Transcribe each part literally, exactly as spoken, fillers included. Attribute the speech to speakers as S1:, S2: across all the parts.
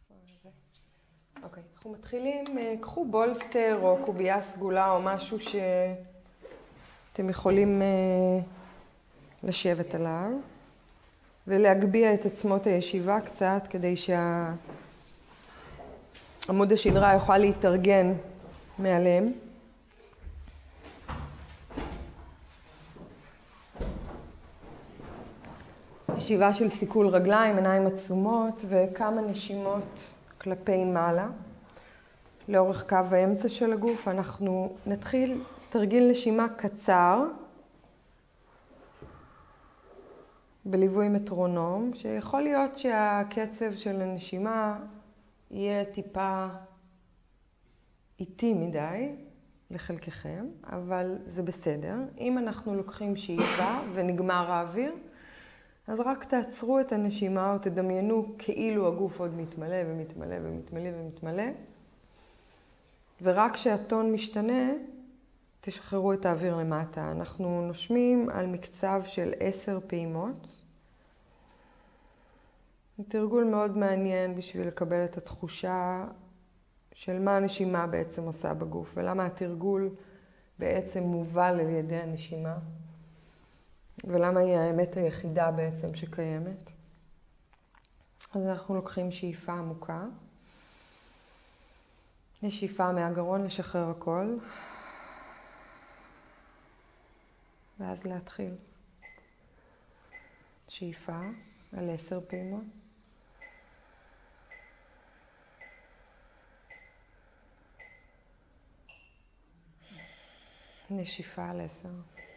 S1: זה. אוקיי, אנחנו מתחילים. קחו בולסטר או קובייה סגולה או משהו שאתם יכולים לשבת עליו ולהגביה את עצמות הישיבה קצת כדי שהעמוד השדרה יוכל להתארגן מעליהם. ישיבה של סיכול רגליים, עיניים עצומות וכמה נשימות כלפי מעלה. לאורך קו האמצע של הגוף אנחנו נתחיל תרגיל נשימה קצר בליווי מטרונום, שיכול להיות שהקצב של הנשימה יהיה טיפה איטי מדי לחלקכם, אבל זה בסדר. אם אנחנו לוקחים שאיפה ונגמר האוויר, אז רק תעצרו את הנשימה או תדמיינו כאילו הגוף עוד מתמלא ומתמלא ומתמלא ומתמלא. ורק כשהטון משתנה, תשחררו את האוויר למטה. אנחנו נושמים על מקצב של עשר פעימות. תרגול מאוד מעניין בשביל לקבל את התחושה של מה הנשימה בעצם עושה בגוף, ולמה התרגול בעצם מובל על ידי הנשימה. ולמה היא האמת היחידה בעצם שקיימת. אז אנחנו לוקחים שאיפה עמוקה. נשיפה מהגרון, לשחרר הכל. ואז להתחיל. שאיפה על עשר פעימות. נשיפה על עשר.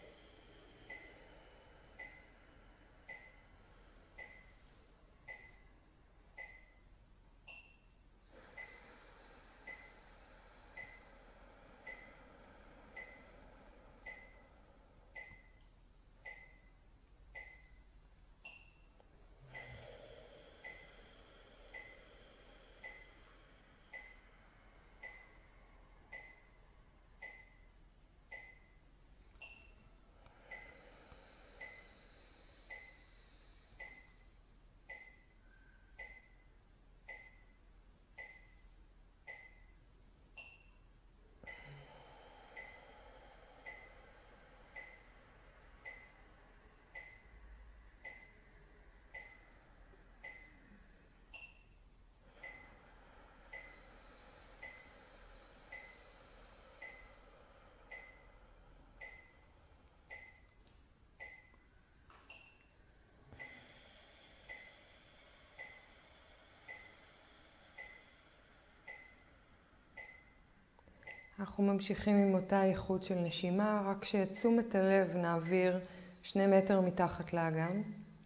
S1: אנחנו ממשיכים עם אותה איכות של נשימה, רק שתשומת הלב נעביר שני מטר מתחת לאגן.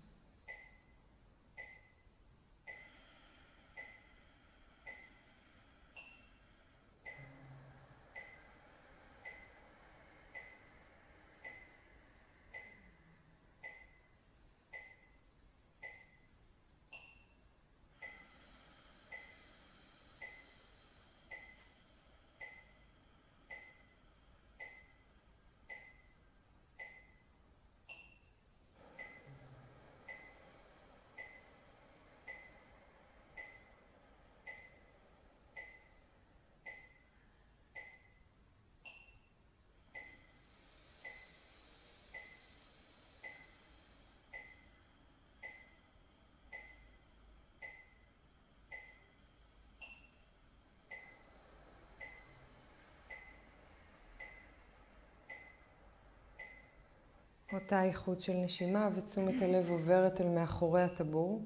S1: אותה איכות של נשימה ותשומת הלב עוברת אל מאחורי הטבור.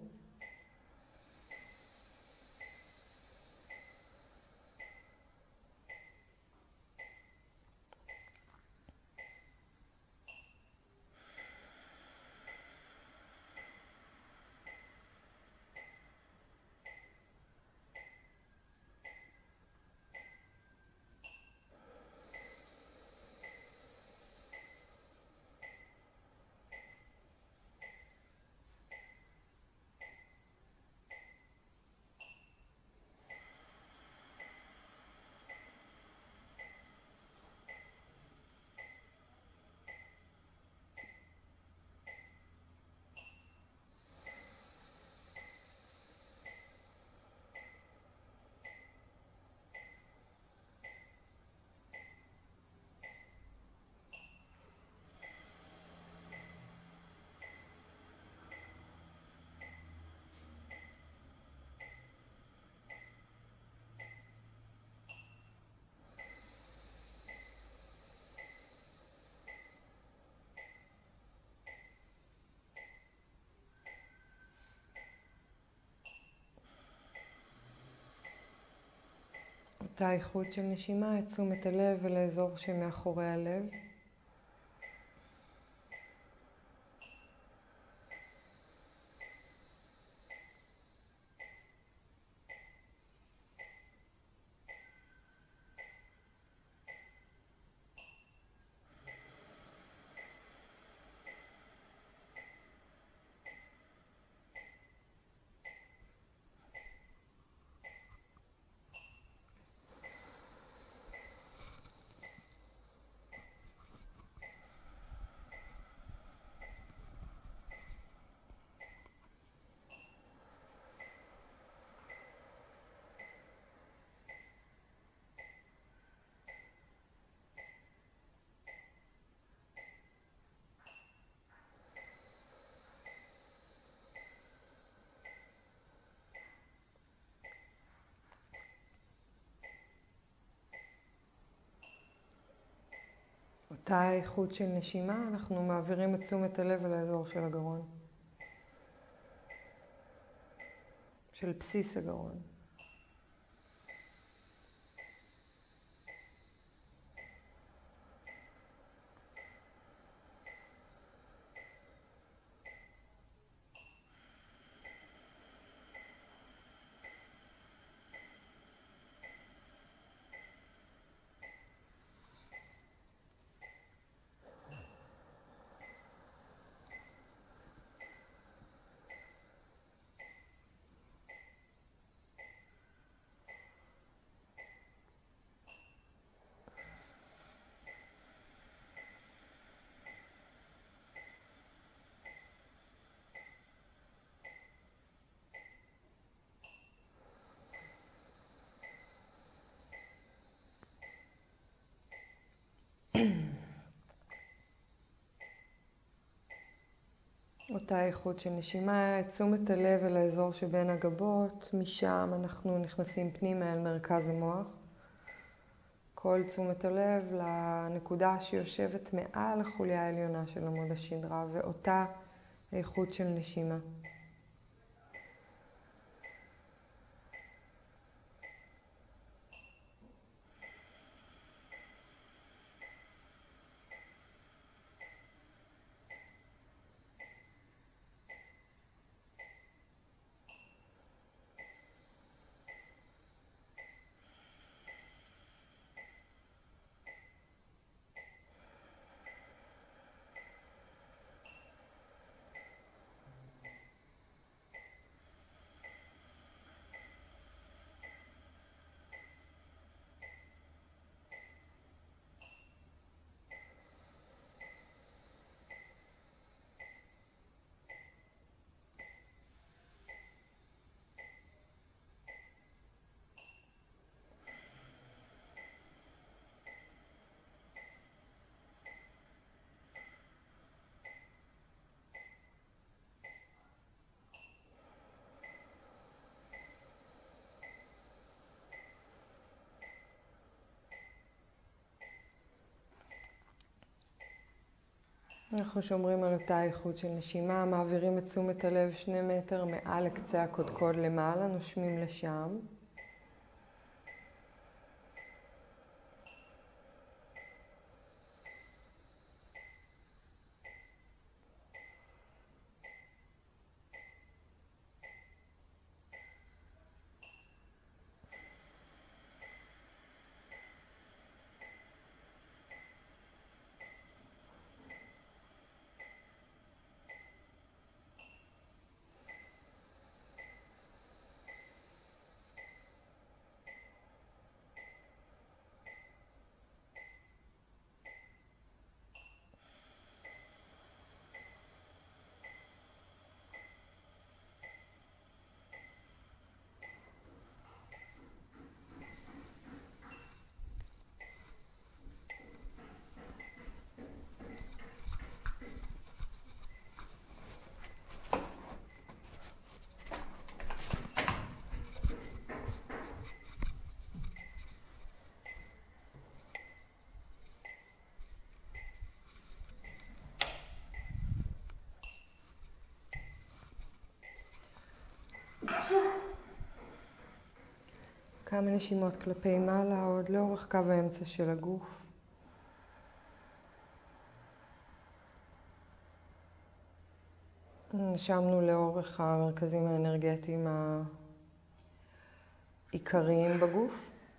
S1: אותה איכות של נשימה, את תשומת הלב אל האזור שמאחורי הלב. אותה איכות של נשימה, אנחנו מעבירים את תשומת הלב אל האזור של הגרון, של בסיס הגרון. אותה איכות של נשימה, את תשומת הלב אל האזור שבין הגבות, משם אנחנו נכנסים פנימה אל מרכז המוח. כל תשומת הלב לנקודה שיושבת מעל החוליה העליונה של עמוד השדרה, ואותה איכות של נשימה. אנחנו שומרים על אותה איכות של נשימה, מעבירים את תשומת הלב שני מטר מעל לקצה הקודקוד למעלה, נושמים לשם. כמה נשימות כלפי מעלה, עוד לאורך קו האמצע של הגוף. נשמנו לאורך המרכזים האנרגטיים העיקריים בגוף.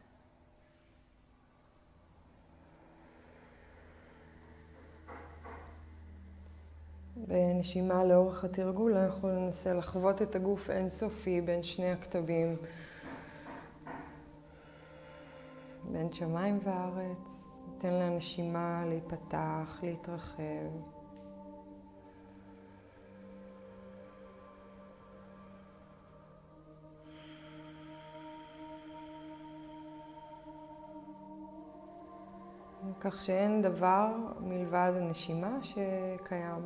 S1: בנשימה לאורך התרגול אנחנו ננסה לחוות את הגוף אינסופי בין שני הכתבים, בין שמיים וארץ. ניתן לנשימה להיפתח, להתרחב. כך שאין דבר מלבד הנשימה שקיים.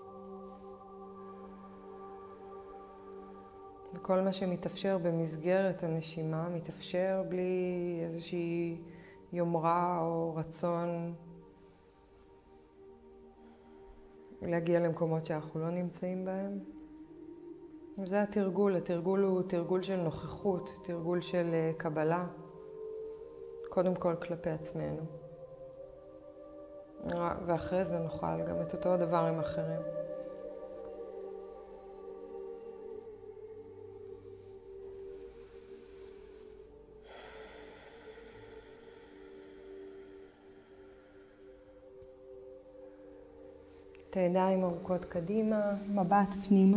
S1: וכל מה שמתאפשר במסגרת הנשימה מתאפשר בלי איזושהי יומרה או רצון להגיע למקומות שאנחנו לא נמצאים בהם. וזה התרגול. התרגול הוא תרגול של נוכחות, תרגול של קבלה, קודם כל כלפי עצמנו. ואחרי זה נוכל גם את אותו הדבר עם אחרים. את הידיים ארוכות קדימה, מבט פנימה.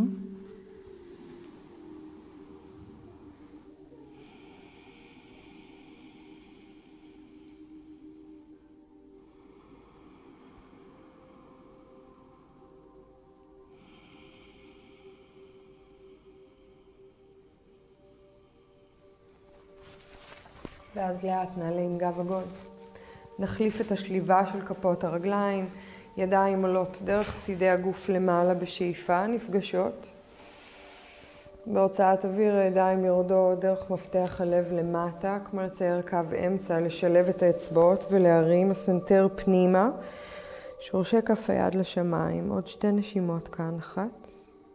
S1: ואז לאט נעלה עם גב עגול. נחליף את השליבה של כפות הרגליים, ידיים עולות דרך צידי הגוף למעלה בשאיפה, נפגשות. בהוצאת אוויר הידיים יורדות דרך מפתח הלב למטה, כמו לצייר קו אמצע, לשלב את האצבעות ולהרים הסנטר פנימה, שורשי כף היד לשמיים. עוד שתי נשימות כאן, אחת.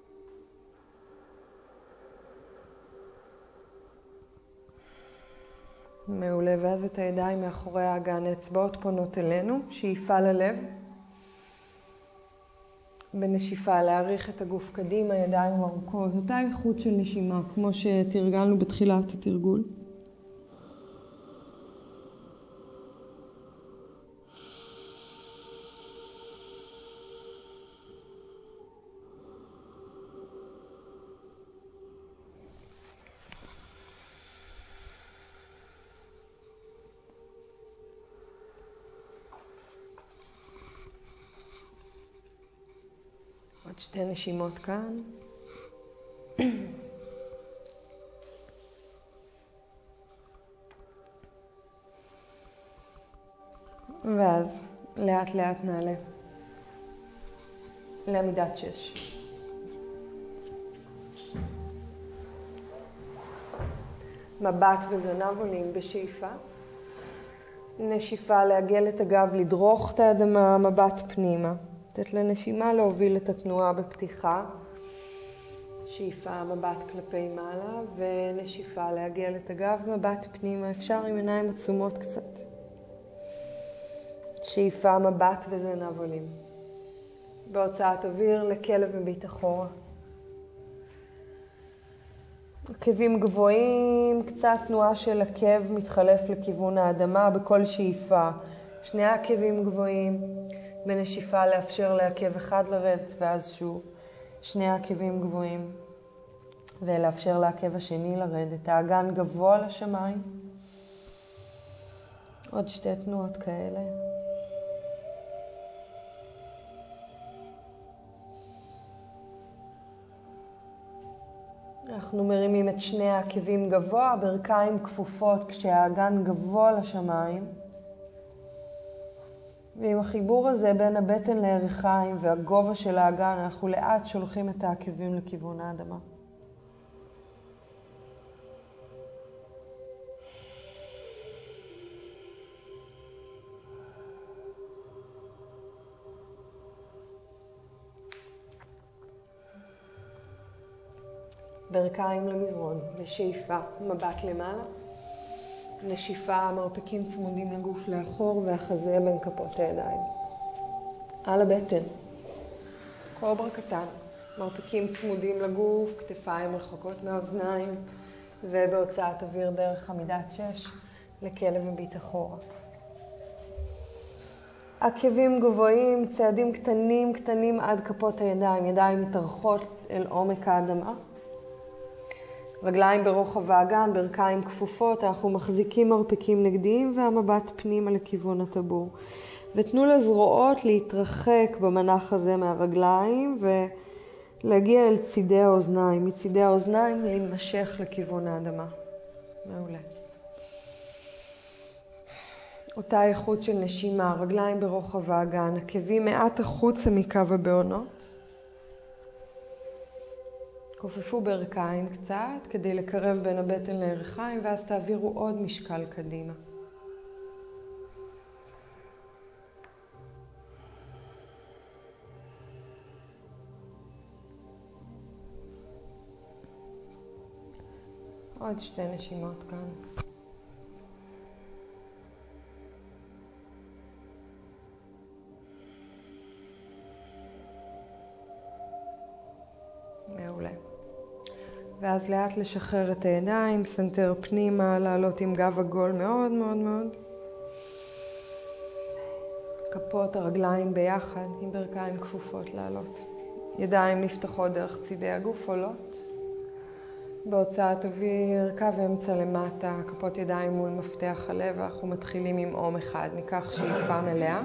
S1: מעולה, ואז את הידיים מאחורי האגן, האצבעות פונות אלינו, שאיפה ללב. בנשיפה להאריך את הגוף קדימה, ידיים ארוכות, אותה איכות של נשימה, כמו שתרגלנו בתחילת התרגול. עוד שתי נשימות כאן. ואז לאט לאט נעלה לעמידת שש. מבט וזנב עולים בשאיפה. נשיפה לעגל את הגב, לדרוך את האדמה, מבט פנימה. לתת לנשימה להוביל את התנועה בפתיחה. שאיפה מבט כלפי מעלה ונשיפה לעגל את הגב, מבט פנימה. אפשר עם עיניים עצומות קצת. שאיפה מבט וזנב עולים. בהוצאת אוויר לכלב מביט אחורה. עקבים גבוהים, קצת תנועה של עקב מתחלף לכיוון האדמה בכל שאיפה. שני עקבים גבוהים. בנשיפה לאפשר לעקב אחד לרדת ואז שוב שני עקבים גבוהים ולאפשר לעקב השני לרדת. האגן גבוה לשמיים. עוד שתי תנועות כאלה. אנחנו מרימים את שני העקבים גבוה, ברכיים כפופות כשהאגן גבוה לשמיים. ועם החיבור הזה בין הבטן לירכיים והגובה של האגן, אנחנו לאט שולחים את העקבים לכיוון האדמה. ברכיים למזרון, בשאיפה, מבט למעלה. נשיפה, מרפקים צמודים לגוף לאחור והחזה בין כפות הידיים. על הבטן. קוברה קטן. מרפקים צמודים לגוף, כתפיים רחוקות מהאוזניים, ובהוצאת אוויר דרך עמידת שש לכלב מביט אחורה. עקבים גבוהים, צעדים קטנים קטנים עד כפות הידיים, ידיים מתארכות אל עומק האדמה. רגליים ברוחב האגן, ברכיים כפופות, אנחנו מחזיקים מרפקים נגדיים והמבט פנימה לכיוון הטבור. ותנו לזרועות להתרחק במנח הזה מהרגליים ולהגיע אל צידי האוזניים. מצידי האוזניים להימשך לכיוון האדמה. מעולה. אותה איכות של נשימה, רגליים ברוחב האגן, עקבים מעט החוצה מקו הבעונות. כופפו ברכיים קצת כדי לקרב בין הבטן לירכיים, ואז תעבירו עוד משקל קדימה. עוד שתי נשימות כאן. מעולה. ואז לאט לשחרר את הידיים, סנטר פנימה, לעלות עם גב עגול מאוד מאוד מאוד. כפות הרגליים ביחד, עם ברכיים כפופות לעלות. ידיים נפתחות דרך צידי הגוף עולות. בהוצאת אוויר, קו אמצע למטה, כפות ידיים מול מפתח הלב, אנחנו מתחילים עם אום אחד. ניקח שאיפה מלאה.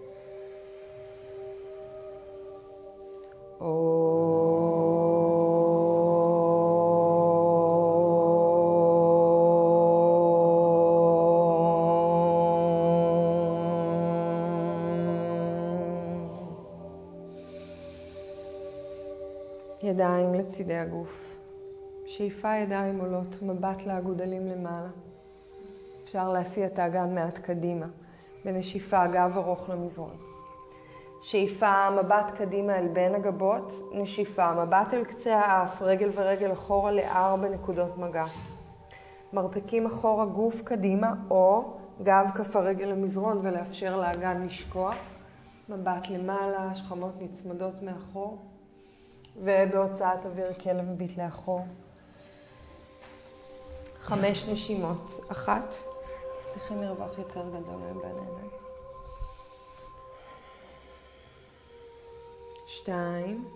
S1: ידיים לצידי הגוף. שאיפה ידיים עולות, מבט לאגודלים למעלה. אפשר להסיע את האגן מעט קדימה. בנשיפה גב ארוך למזרון. שאיפה מבט קדימה אל בין הגבות. נשיפה מבט אל קצה האף, רגל ורגל אחורה לארבע נקודות מגע. מרפקים אחורה גוף קדימה או גב כף הרגל למזרון ולאפשר לאגן לשקוע. מבט למעלה, שכמות נצמדות מאחור. ובהוצאת אוויר כלב מביט לאחור. חמש נשימות. אחת. צריכים מרווח יותר גדול להם בין העיניים. שתיים.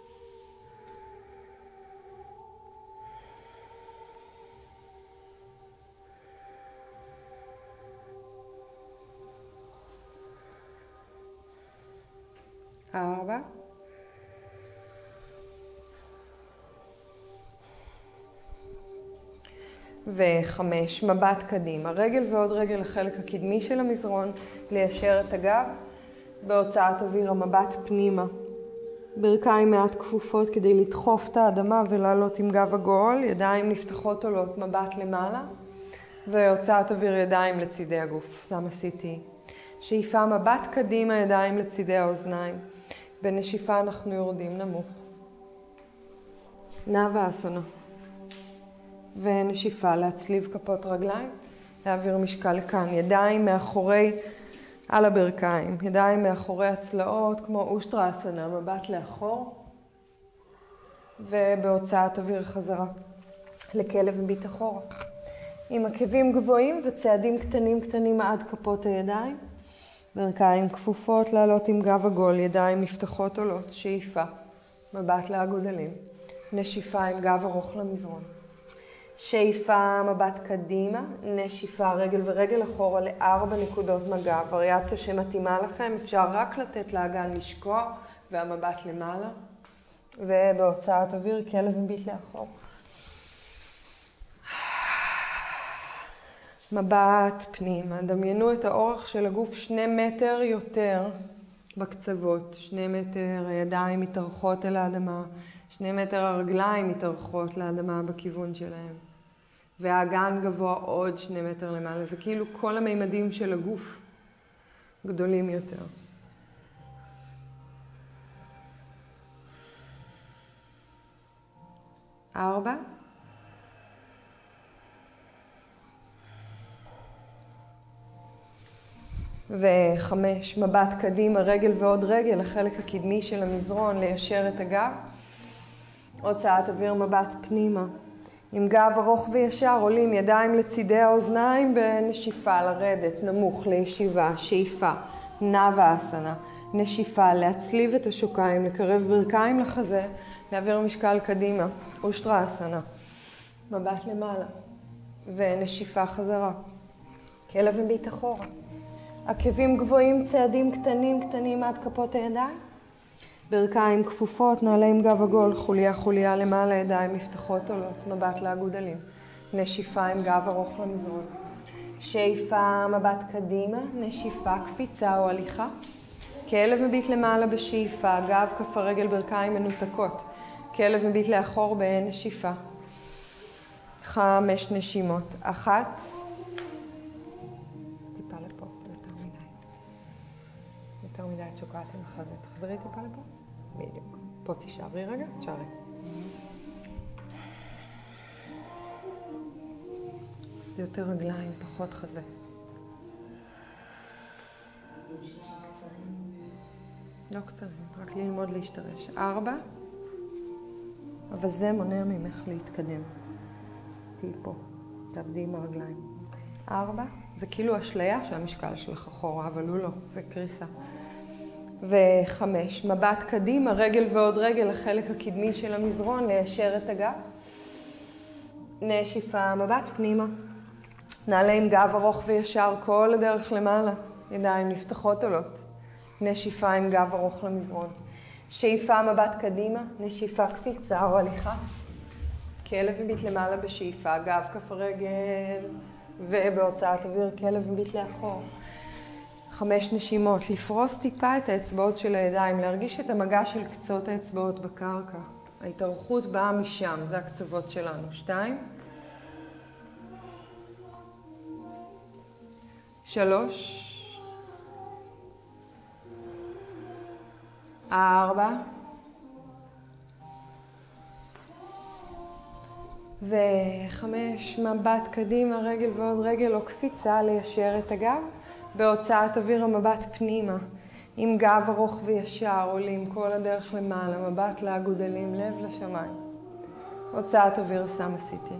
S1: ארבע. וחמש, מבט קדימה. רגל ועוד רגל לחלק הקדמי של המזרון, ליישר את הגב. בהוצאת אוויר המבט פנימה. ברכיים מעט כפופות כדי לדחוף את האדמה ולעלות עם גב עגול. ידיים נפתחות עולות, מבט למעלה. והוצאת אוויר ידיים לצידי הגוף. שם עשיתי. שאיפה מבט קדימה, ידיים לצידי האוזניים. בנשיפה אנחנו יורדים נמוך. נאווה אסנה. ונשיפה להצליב כפות רגליים, להעביר משקל לכאן, ידיים מאחורי, על הברכיים, ידיים מאחורי הצלעות, כמו אושטראסנה, מבט לאחור, ובהוצאת אוויר חזרה, לכלב מביט אחורה. עם עקבים גבוהים וצעדים קטנים קטנים עד כפות הידיים, ברכיים כפופות, לעלות עם גב עגול, ידיים נפתחות עולות, שאיפה, מבט לאגודלים, נשיפה עם גב ארוך למזרון. שאיפה מבט קדימה, נשיפה רגל ורגל אחורה לארבע נקודות מגע. וריאציה שמתאימה לכם, אפשר רק לתת לאגן לשקוע והמבט למעלה. ובהוצאת אוויר כלב מביט לאחור. מבט פנימה, דמיינו את האורך של הגוף שני מטר יותר בקצוות. שני מטר הידיים מתארכות אל האדמה, שני מטר הרגליים מתארכות לאדמה בכיוון שלהם. והאגן גבוה עוד שני מטר למעלה. זה כאילו כל המימדים של הגוף גדולים יותר. ארבע. וחמש, מבט קדימה, רגל ועוד רגל, החלק הקדמי של המזרון, ליישר את הגב. הוצאת אוויר, מבט פנימה. עם גב ארוך וישר, עולים ידיים לצידי האוזניים בנשיפה, לרדת, נמוך, לישיבה, שאיפה, נאווה אסנה. נשיפה, להצליב את השוקיים, לקרב ברכיים לחזה, להעביר משקל קדימה, אושטרה אסנה. מבט למעלה, ונשיפה חזרה. כלב מביט אחורה. עקבים גבוהים, צעדים קטנים קטנים עד כפות הידיים. ברכיים כפופות, נעלה עם גב עגול, חוליה חוליה למעלה, ידיים נפתחות עולות, מבט לאגודלים. נשיפה עם גב ארוך למזרון. שאיפה, מבט קדימה, נשיפה, קפיצה או הליכה. כלב מביט למעלה בשאיפה, גב, כף הרגל, ברכיים מנותקות. כלב מביט לאחור בנשיפה. חמש נשימות. אחת. טיפה לפה, יותר מדי. יותר מדי את שוקעת עם החזה. תחזרי טיפה לפה. בדיוק. פה תישארי רגע, תשארי. זה יותר רגליים, פחות חזה. לא קצרים, רק ללמוד להשתרש. ארבע, אבל זה מונע ממך להתקדם. תהי פה, תעבדי עם הרגליים. ארבע, זה כאילו אשליה שהמשקל שלך אחורה, אבל הוא לא, זה קריסה. וחמש, מבט קדימה, רגל ועוד רגל, החלק הקדמי של המזרון, ליישר את הגב. נשיפה, מבט פנימה. נעלה עם גב ארוך וישר כל הדרך למעלה. ידיים נפתחות עולות. נשיפה עם גב ארוך למזרון. שאיפה, מבט קדימה. נשיפה, קפיצה או הליכה. כלב מביט למעלה בשאיפה, גב כף הרגל, ובהוצאת אוויר כלב מביט לאחור. חמש נשימות, לפרוס טיפה את האצבעות של הידיים, להרגיש את המגע של קצות האצבעות בקרקע. ההתארכות באה משם, זה הקצוות שלנו. שתיים. שלוש. ארבע. וחמש, מבט קדימה, רגל ועוד רגל או קפיצה, ליישר את הגב. בהוצאת אוויר המבט פנימה, עם גב ארוך וישר, עולים כל הדרך למעלה, מבט לאגודלים, לב לשמיים. הוצאת אוויר, שם עשיתי.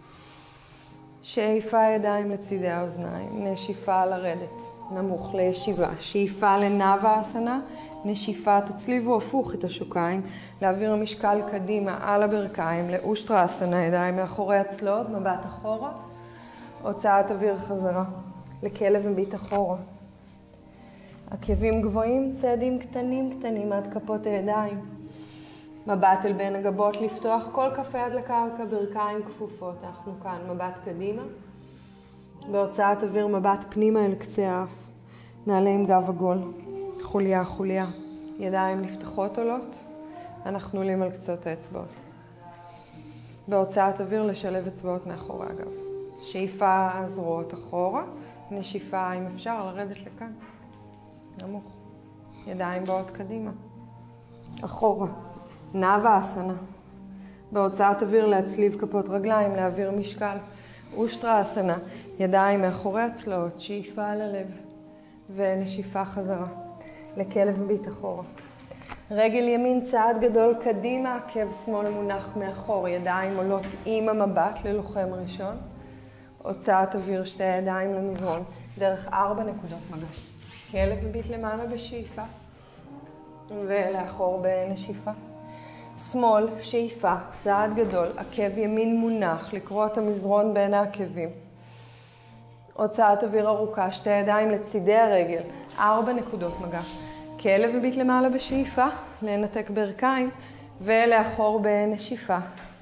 S1: שאיפה ידיים לצידי האוזניים, נשיפה לרדת, נמוך לישיבה. שאיפה לנאווה אסנה, נשיפה, תצליבו הפוך את השוקיים, להעביר המשקל קדימה על הברכיים, לאושטרה אסנה, ידיים מאחורי הצלעות, מבט אחורה. הוצאת אוויר חזרה. לכלב מביט אחורה. עקבים גבוהים, צעדים קטנים קטנים עד כפות הידיים. מבט אל בין הגבות, לפתוח כל כף יד לקרקע, ברכיים כפופות. אנחנו כאן, מבט קדימה. בהוצאת אוויר מבט פנימה אל קצה האף. נעלה עם גב עגול. חוליה חוליה. ידיים נפתחות עולות. אנחנו עולים על קצות האצבעות. בהוצאת אוויר לשלב אצבעות מאחורי הגב. שאיפה זרועות אחורה. נשיפה, אם אפשר, לרדת לכאן. נמוך. ידיים באות קדימה. אחורה. נאווה אסנה. בהוצאת אוויר להצליב כפות רגליים, להעביר משקל. אושטרה אסנה. ידיים מאחורי הצלעות, שאיפה על הלב. ונשיפה חזרה. לכלב מביט אחורה. רגל ימין צעד גדול קדימה, עקב שמאל מונח מאחור. ידיים עולות עם המבט ללוחם ראשון. הוצאת אוויר, שתי ידיים למזרון, דרך ארבע נקודות מגע. כלב מביט למעלה בשאיפה, ולאחור בנשיפה. שמאל, שאיפה, צעד גדול, עקב ימין מונח, לקרוא את המזרון בין העקבים. הוצאת אוויר ארוכה, שתי ידיים לצידי הרגל, ארבע נקודות מגע. כלב מביט למעלה בשאיפה, לנתק ברכיים, ולאחור בנשיפה.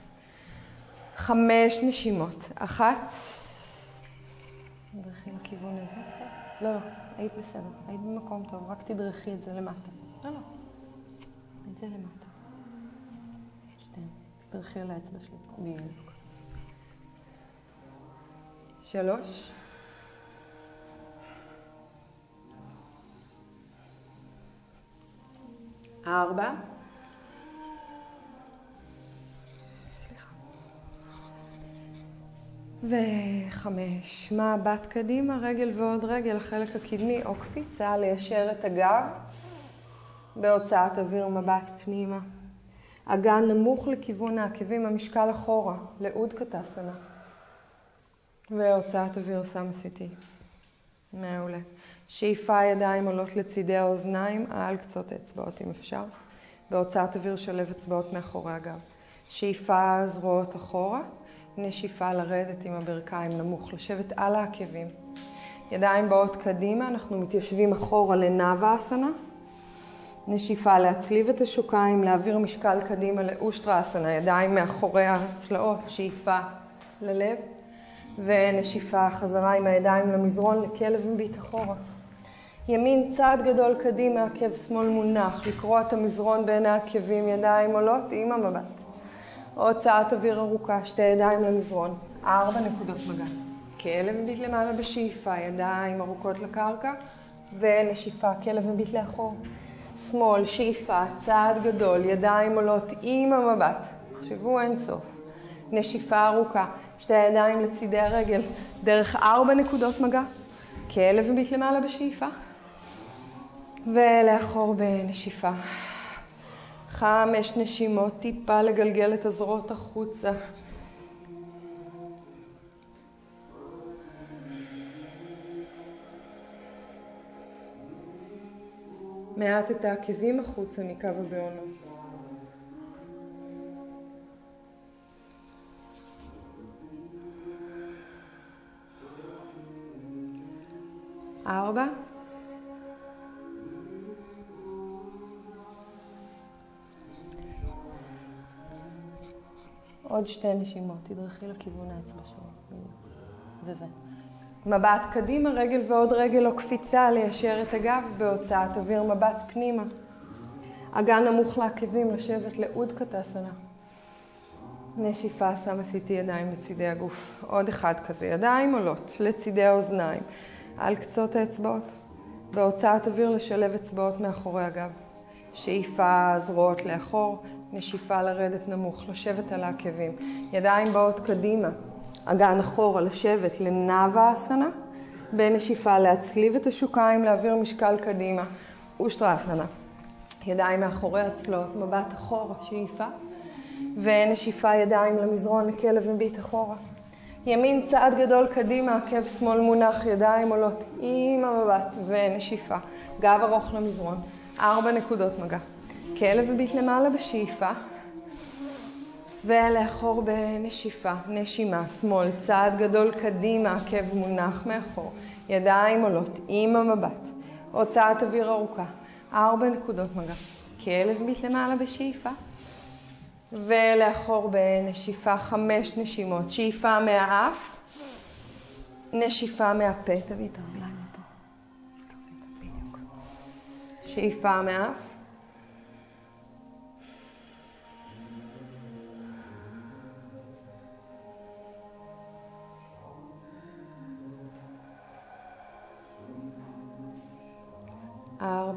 S1: חמש נשימות. אחת. תדרכי לכיוון הזה קצת. לא, לא, היית בסדר. היית במקום טוב, רק תדרכי את זה למטה. לא, לא. את זה למטה. שתיים. תדרכי על האצבע שלי. בדיוק. שלוש. ארבע. וחמש, מבט קדימה, רגל ועוד רגל, החלק הקדמי או קפיצה, ליישר את הגב, בהוצאת אוויר מבט פנימה. אגן נמוך לכיוון העקבים, המשקל אחורה, לאודקטסנה. והוצאת אוויר סמסיתי. מעולה. שאיפה ידיים עולות לצידי האוזניים, על קצות האצבעות אם אפשר. בהוצאת אוויר שלב אצבעות מאחורי הגב. שאיפה זרועות אחורה. נשיפה לרדת עם הברכיים נמוך, לשבת על העקבים. ידיים באות קדימה, אנחנו מתיישבים אחורה לנאווה אסנה. נשיפה להצליב את השוקיים, להעביר משקל קדימה לאושטרה אסנה, ידיים מאחורי הצלעות, שאיפה ללב. ונשיפה חזרה עם הידיים למזרון לכלב מביט אחורה. ימין צעד גדול קדימה, עקב שמאל מונח, לקרוע את המזרון בין העקבים, ידיים עולות עם המבט. הוצאת אוויר ארוכה, שתי ידיים למזרון, ארבע נקודות מגע. כלב מביט למעלה בשאיפה, ידיים ארוכות לקרקע, ונשיפה, כלב מביט לאחור. שמאל, שאיפה, צעד גדול, ידיים עולות עם המבט. תחשבו אין סוף. נשיפה ארוכה, שתי הידיים לצידי הרגל, דרך ארבע נקודות מגע. כלב מביט למעלה בשאיפה. ולאחור בנשיפה. חמש נשימות, טיפה לגלגל את הזרועות החוצה. מעט את העקבים החוצה מקו הבעונות. ארבע. עוד שתי נשימות, תדרכי לכיוון האצבע שלו. זה זה. מבט קדימה, רגל ועוד רגל או קפיצה, ליישר את הגב בהוצאת אוויר מבט פנימה. אגן נמוך לעקבים, לשבת לאודקטסנה. נשיפה, שם עשיתי ידיים לצידי הגוף. עוד אחד כזה, ידיים עולות לצידי האוזניים, על קצות האצבעות. בהוצאת אוויר לשלב אצבעות מאחורי הגב. שאיפה, זרועות לאחור. נשיפה לרדת נמוך, לשבת על העקבים. ידיים באות קדימה, אגן אחורה, לשבת לנאווה אסנה. בנשיפה להצליב את השוקיים, להעביר משקל קדימה. אושטרה אסנה. ידיים מאחורי הצלעות, מבט אחורה, שאיפה. ונשיפה ידיים למזרון, לכלב מביט אחורה. ימין צעד גדול קדימה, עקב שמאל מונח, ידיים עולות עם המבט ונשיפה. גב ארוך למזרון, ארבע נקודות מגע. כלב מביט למעלה בשאיפה, ולאחור בנשיפה, נשימה, שמאל, צעד גדול קדימה, עקב מונח מאחור, ידיים עולות עם המבט, הוצאת אוויר ארוכה, ארבע נקודות מגע, כלב מביט למעלה בשאיפה, ולאחור בנשיפה, חמש נשימות, שאיפה מהאף, נשיפה מהפה, תביא את הרגליים פה, שאיפה מהאף, ארבע.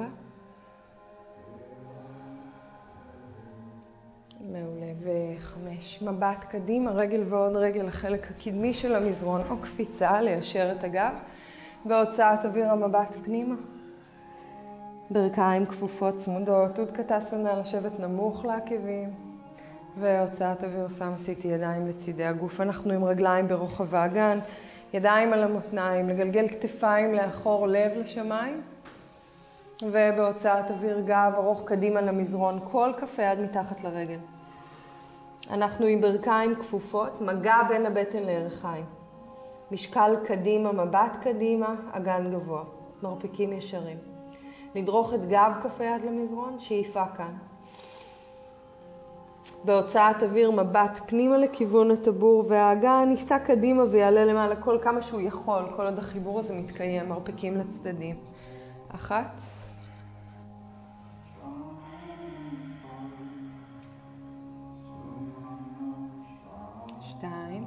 S1: מעולה. וחמש. מבט קדימה, רגל ועוד רגל, החלק הקדמי של המזרון, או קפיצה, ליישר את הגב. בהוצאת אוויר המבט פנימה. ברכיים כפופות צמודות, אודקטסנה, לשבת נמוך לעקבים. והוצאת אוויר שם עשיתי ידיים לצידי הגוף. אנחנו עם רגליים ברוחב האגן, ידיים על המותניים, לגלגל כתפיים לאחור, לב לשמיים. ובהוצאת אוויר גב ארוך קדימה למזרון, כל כף היד מתחת לרגל. אנחנו עם ברכיים כפופות, מגע בין הבטן לירכיים. משקל קדימה, מבט קדימה, אגן גבוה. מרפקים ישרים. לדרוך את גב כף היד למזרון, שאיפה כאן. בהוצאת אוויר מבט פנימה לכיוון הטבור, והאגן ניסה קדימה ויעלה למעלה כל כמה שהוא יכול, כל עוד החיבור הזה מתקיים, מרפקים לצדדים. אחת. שתיים.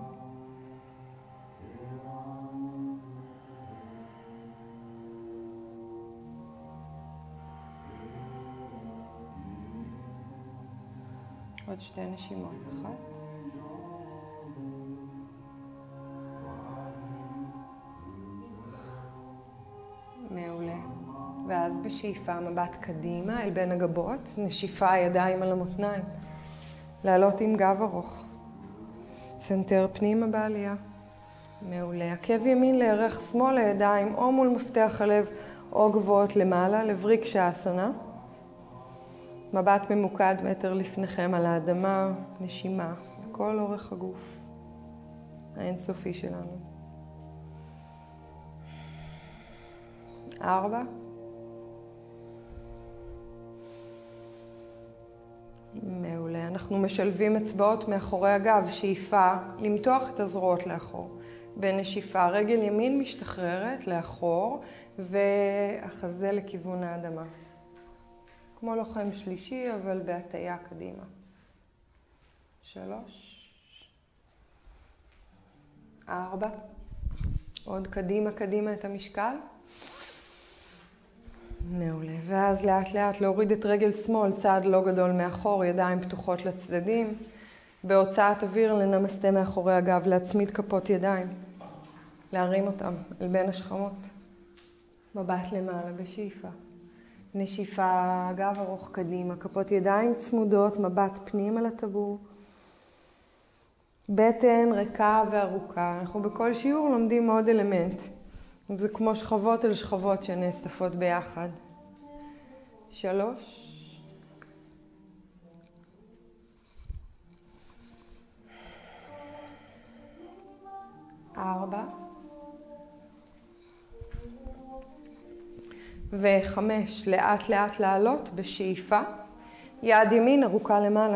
S1: עוד שתי נשימות. אחת. ואז בשאיפה מבט קדימה אל בין הגבות, נשיפה ידיים על המותניים. לעלות עם גב ארוך. סנטר פנימה בעלייה. מעולה. עקב ימין לירך שמאל לידיים או מול מפתח הלב או גבוהות למעלה לבריקשאסנה. מבט ממוקד מטר לפניכם על האדמה, נשימה, כל אורך הגוף האינסופי שלנו. ארבע. מעולה. אנחנו משלבים אצבעות מאחורי הגב, שאיפה למתוח את הזרועות לאחור. בנשיפה רגל ימין משתחררת לאחור והחזה לכיוון האדמה. כמו לוחם שלישי אבל בהטיה קדימה. שלוש. ארבע. עוד קדימה קדימה את המשקל. מעולה. ואז לאט לאט להוריד את רגל שמאל, צעד לא גדול מאחור, ידיים פתוחות לצדדים. בהוצאת אוויר לנמסטה מאחורי הגב, להצמיד כפות ידיים. להרים אותם אל בין השכמות. מבט למעלה בשאיפה. נשיפה, גב ארוך קדימה, כפות ידיים צמודות, מבט פנים על הטבור. בטן ריקה וארוכה. אנחנו בכל שיעור לומדים עוד אלמנט. זה כמו שכבות אל שכבות שנאספות ביחד. שלוש. ארבע. וחמש. לאט לאט לעלות בשאיפה. יד ימין ארוכה למעלה.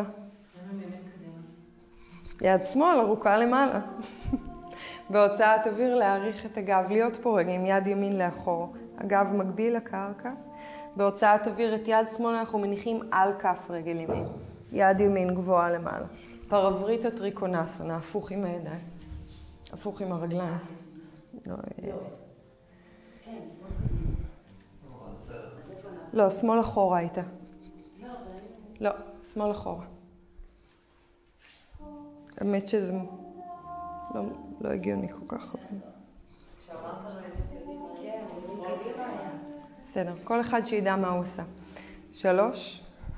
S1: יד שמאל ארוכה למעלה. בהוצאת אוויר להאריך את הגב, להיות פה רגע עם יד ימין לאחור. הגב מגביל לקרקע. בהוצאת אוויר את יד שמאל אנחנו מניחים על כף רגל ימין. יד ימין גבוהה למעלה. פרברית הטריקונסנה, הפוך עם הידיים. הפוך עם הרגליים. לא, לא, שמאל אחורה הייתה. לא, שמאל אחורה. האמת שזה לא, לא הגיוני כל כך. בסדר, כל אחד שידע מה הוא עושה. שלוש.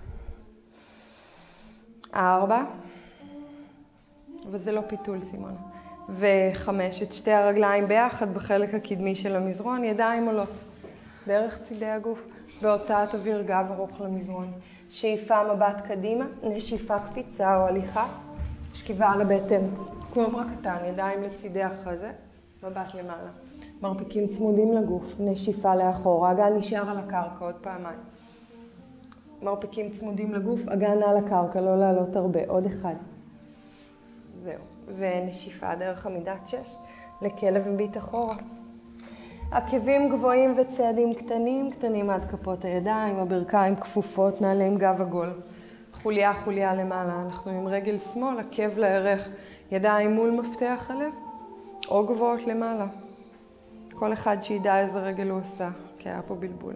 S1: ארבע. וזה לא פיתול, סימונה. וחמש. את שתי הרגליים ביחד בחלק הקדמי של המזרון, ידיים עולות. דרך צידי הגוף. בהוצאת אוויר גב ארוך למזרון. שאיפה מבט קדימה, נשיפה קפיצה או הליכה. שכיבה על הבטן, כמו אמרה קטן, ידיים לצידי החזה, מבט למעלה. מרפקים צמודים לגוף, נשיפה לאחור, האגן נשאר על הקרקע עוד פעמיים. מרפקים צמודים לגוף, אגן על הקרקע, לא לעלות הרבה, עוד אחד. זהו. ונשיפה דרך עמידת שש, לכלב וביט אחורה. עקבים גבוהים וצעדים קטנים, קטנים עד כפות הידיים, הברכיים כפופות, נעלה עם גב עגול. חוליה חוליה למעלה, אנחנו עם רגל שמאל, עקב לערך, ידיים מול מפתח הלב, או גבוהות למעלה. כל אחד שידע איזה רגל הוא עושה, כי היה פה בלבול.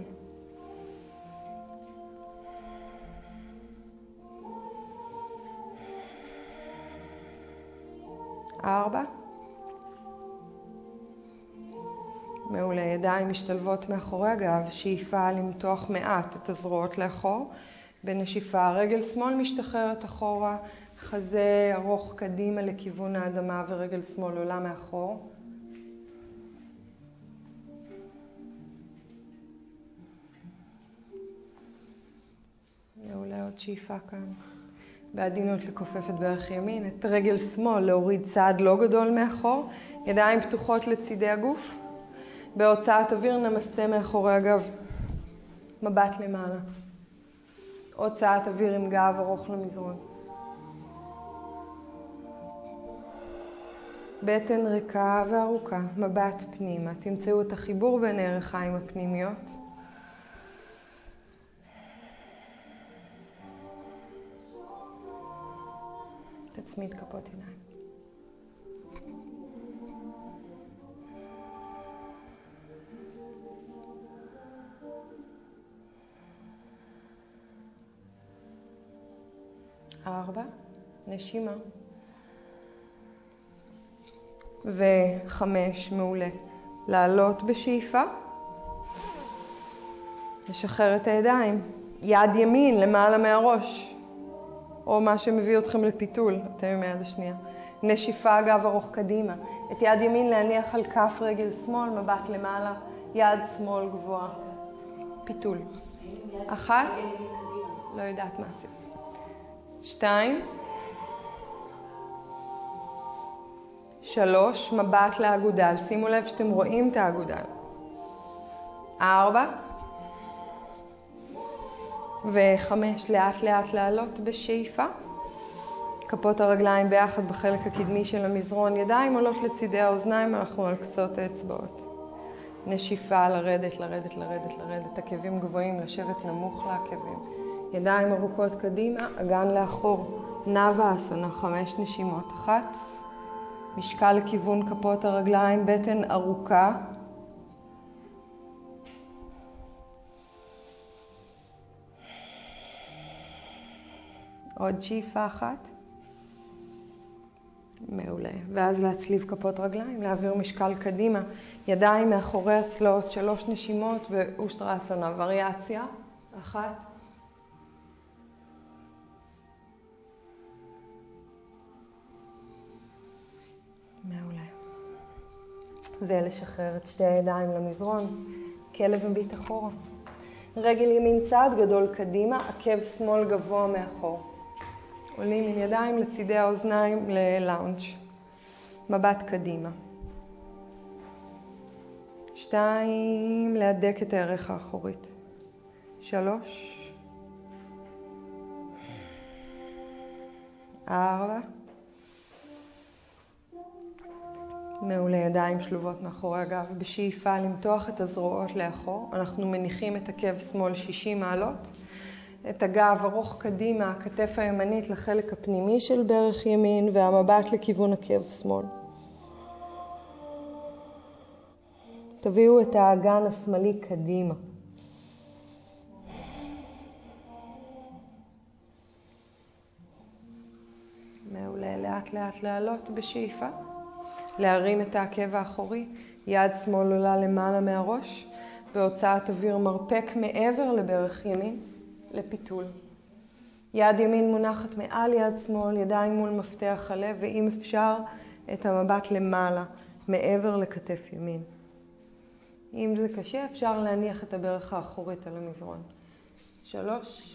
S1: ארבע. מעולה, ידיים משתלבות מאחורי הגב, שאיפה למתוח מעט את הזרועות לאחור. בנשיפה, רגל שמאל משתחררת אחורה, חזה ארוך קדימה לכיוון האדמה ורגל שמאל עולה מאחור. מעולה, עוד שאיפה כאן. בעדינות לכופף את ברך ימין, את רגל שמאל להוריד צעד לא גדול מאחור, ידיים פתוחות לצידי הגוף. בהוצאת אוויר נמסטה מאחורי הגב, מבט למעלה. הוצאת אוויר עם גב ארוך למזרון. בטן ריקה וארוכה, מבט פנימה. תמצאו את החיבור בין הערכיים הפנימיות. תצמיד כפות עיניים. ארבע, נשימה. וחמש, מעולה. לעלות בשאיפה. לשחרר את הידיים. יד ימין למעלה מהראש, או מה שמביא אתכם לפיתול, אתם עם היד השנייה. נשיפה גב ארוך קדימה. את יד ימין להניח על כף רגל שמאל, מבט למעלה, יד שמאל גבוה. פיתול. אחת, לא יודעת מה עשית. שתיים, שלוש, מבט לאגודל. שימו לב שאתם רואים את האגודל. ארבע, וחמש, לאט לאט לעלות בשאיפה. כפות הרגליים ביחד בחלק הקדמי של המזרון. ידיים עולות לצידי האוזניים, אנחנו על קצות האצבעות. נשיפה, לרדת, לרדת, לרדת, לרדת. עקבים גבוהים, לשבת נמוך לעקבים. ידיים ארוכות קדימה, אגן לאחור. נאווה אסנה, חמש נשימות. אחת, משקל לכיוון כפות הרגליים, בטן ארוכה. עוד שאיפה אחת. מעולה. ואז להצליב כפות רגליים, להעביר משקל קדימה. ידיים מאחורי הצלעות, שלוש נשימות ואושטראסנה, וריאציה. אחת. מעולה. ולשחרר את שתי הידיים למזרון. כלב מביט אחורה. רגל ימין צעד גדול קדימה, עקב שמאל גבוה מאחור. עולים עם ידיים לצידי האוזניים ללאונג'. מבט קדימה. שתיים, להדק את הערך האחורית. שלוש. ארבע. מעולה, ידיים שלובות מאחורי הגב. בשאיפה למתוח את הזרועות לאחור. אנחנו מניחים את עקב שמאל שישים מעלות. את הגב ארוך קדימה, הכתף הימנית לחלק הפנימי של ברך ימין, והמבט לכיוון עקב שמאל. תביאו את האגן השמאלי קדימה. מעולה, לאט לאט לעלות בשאיפה. להרים את העקב האחורי, יד שמאל עולה למעלה מהראש, והוצאת אוויר מרפק מעבר לברך ימין. לפיתול. יד ימין מונחת מעל יד שמאל, ידיים מול מפתח הלב, ואם אפשר את המבט למעלה, מעבר לכתף ימין. אם זה קשה, אפשר להניח את הברך האחורית על המזרון. שלוש.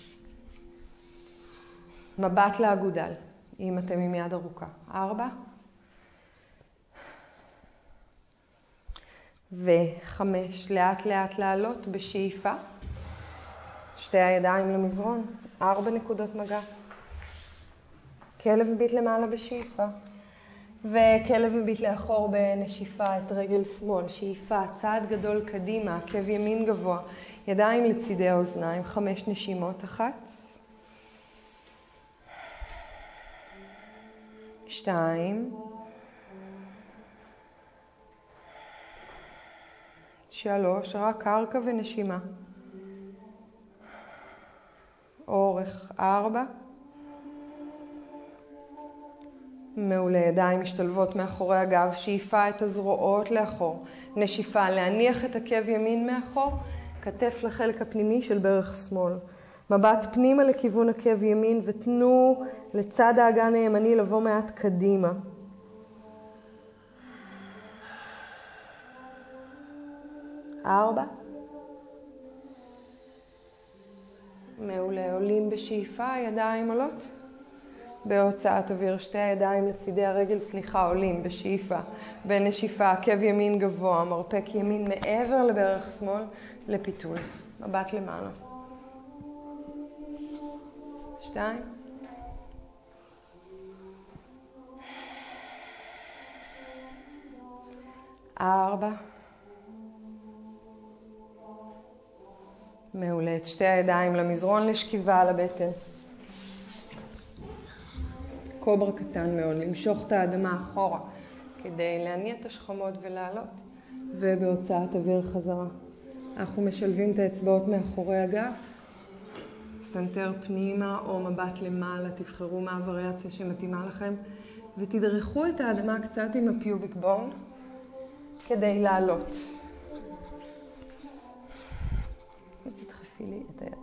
S1: מבט לאגודל, אם אתם עם יד ארוכה. ארבע. וחמש. לאט לאט לעלות בשאיפה. שתי הידיים למזרון, ארבע נקודות מגע. כלב מביט למעלה בשאיפה. וכלב מביט לאחור בנשיפה את רגל שמאל. שאיפה, צעד גדול קדימה, עקב ימין גבוה. ידיים לצידי האוזניים, חמש נשימות. אחת. שתיים. שלוש, רק קרקע ונשימה. אורך, ארבע. מעולה, ידיים משתלבות מאחורי הגב, שאיפה את הזרועות לאחור. נשיפה, להניח את עקב ימין מאחור, כתף לחלק הפנימי של ברך שמאל. מבט פנימה לכיוון עקב ימין, ותנו לצד האגן הימני לבוא מעט קדימה. ארבע. מעולה, עולים בשאיפה, ידיים עולות. בהוצאת אוויר, שתי הידיים לצידי הרגל, סליחה, עולים בשאיפה. בנשיפה, עקב ימין גבוה, מרפק ימין מעבר לברך שמאל, לפיתול. מבט למעלה. שתיים. ארבע. מעולה, את שתי הידיים למזרון לשכיבה על הבטן. קוברה קטן מאוד, למשוך את האדמה אחורה כדי להניע את השכמות ולעלות, ובהוצאת אוויר חזרה. אנחנו משלבים את האצבעות מאחורי הגב, סנטר פנימה או מבט למעלה, תבחרו מה הווריאציה שמתאימה לכם, ותדרכו את האדמה קצת עם הפיוביק בון כדי לעלות. ותדחפו. תפעילי את היד.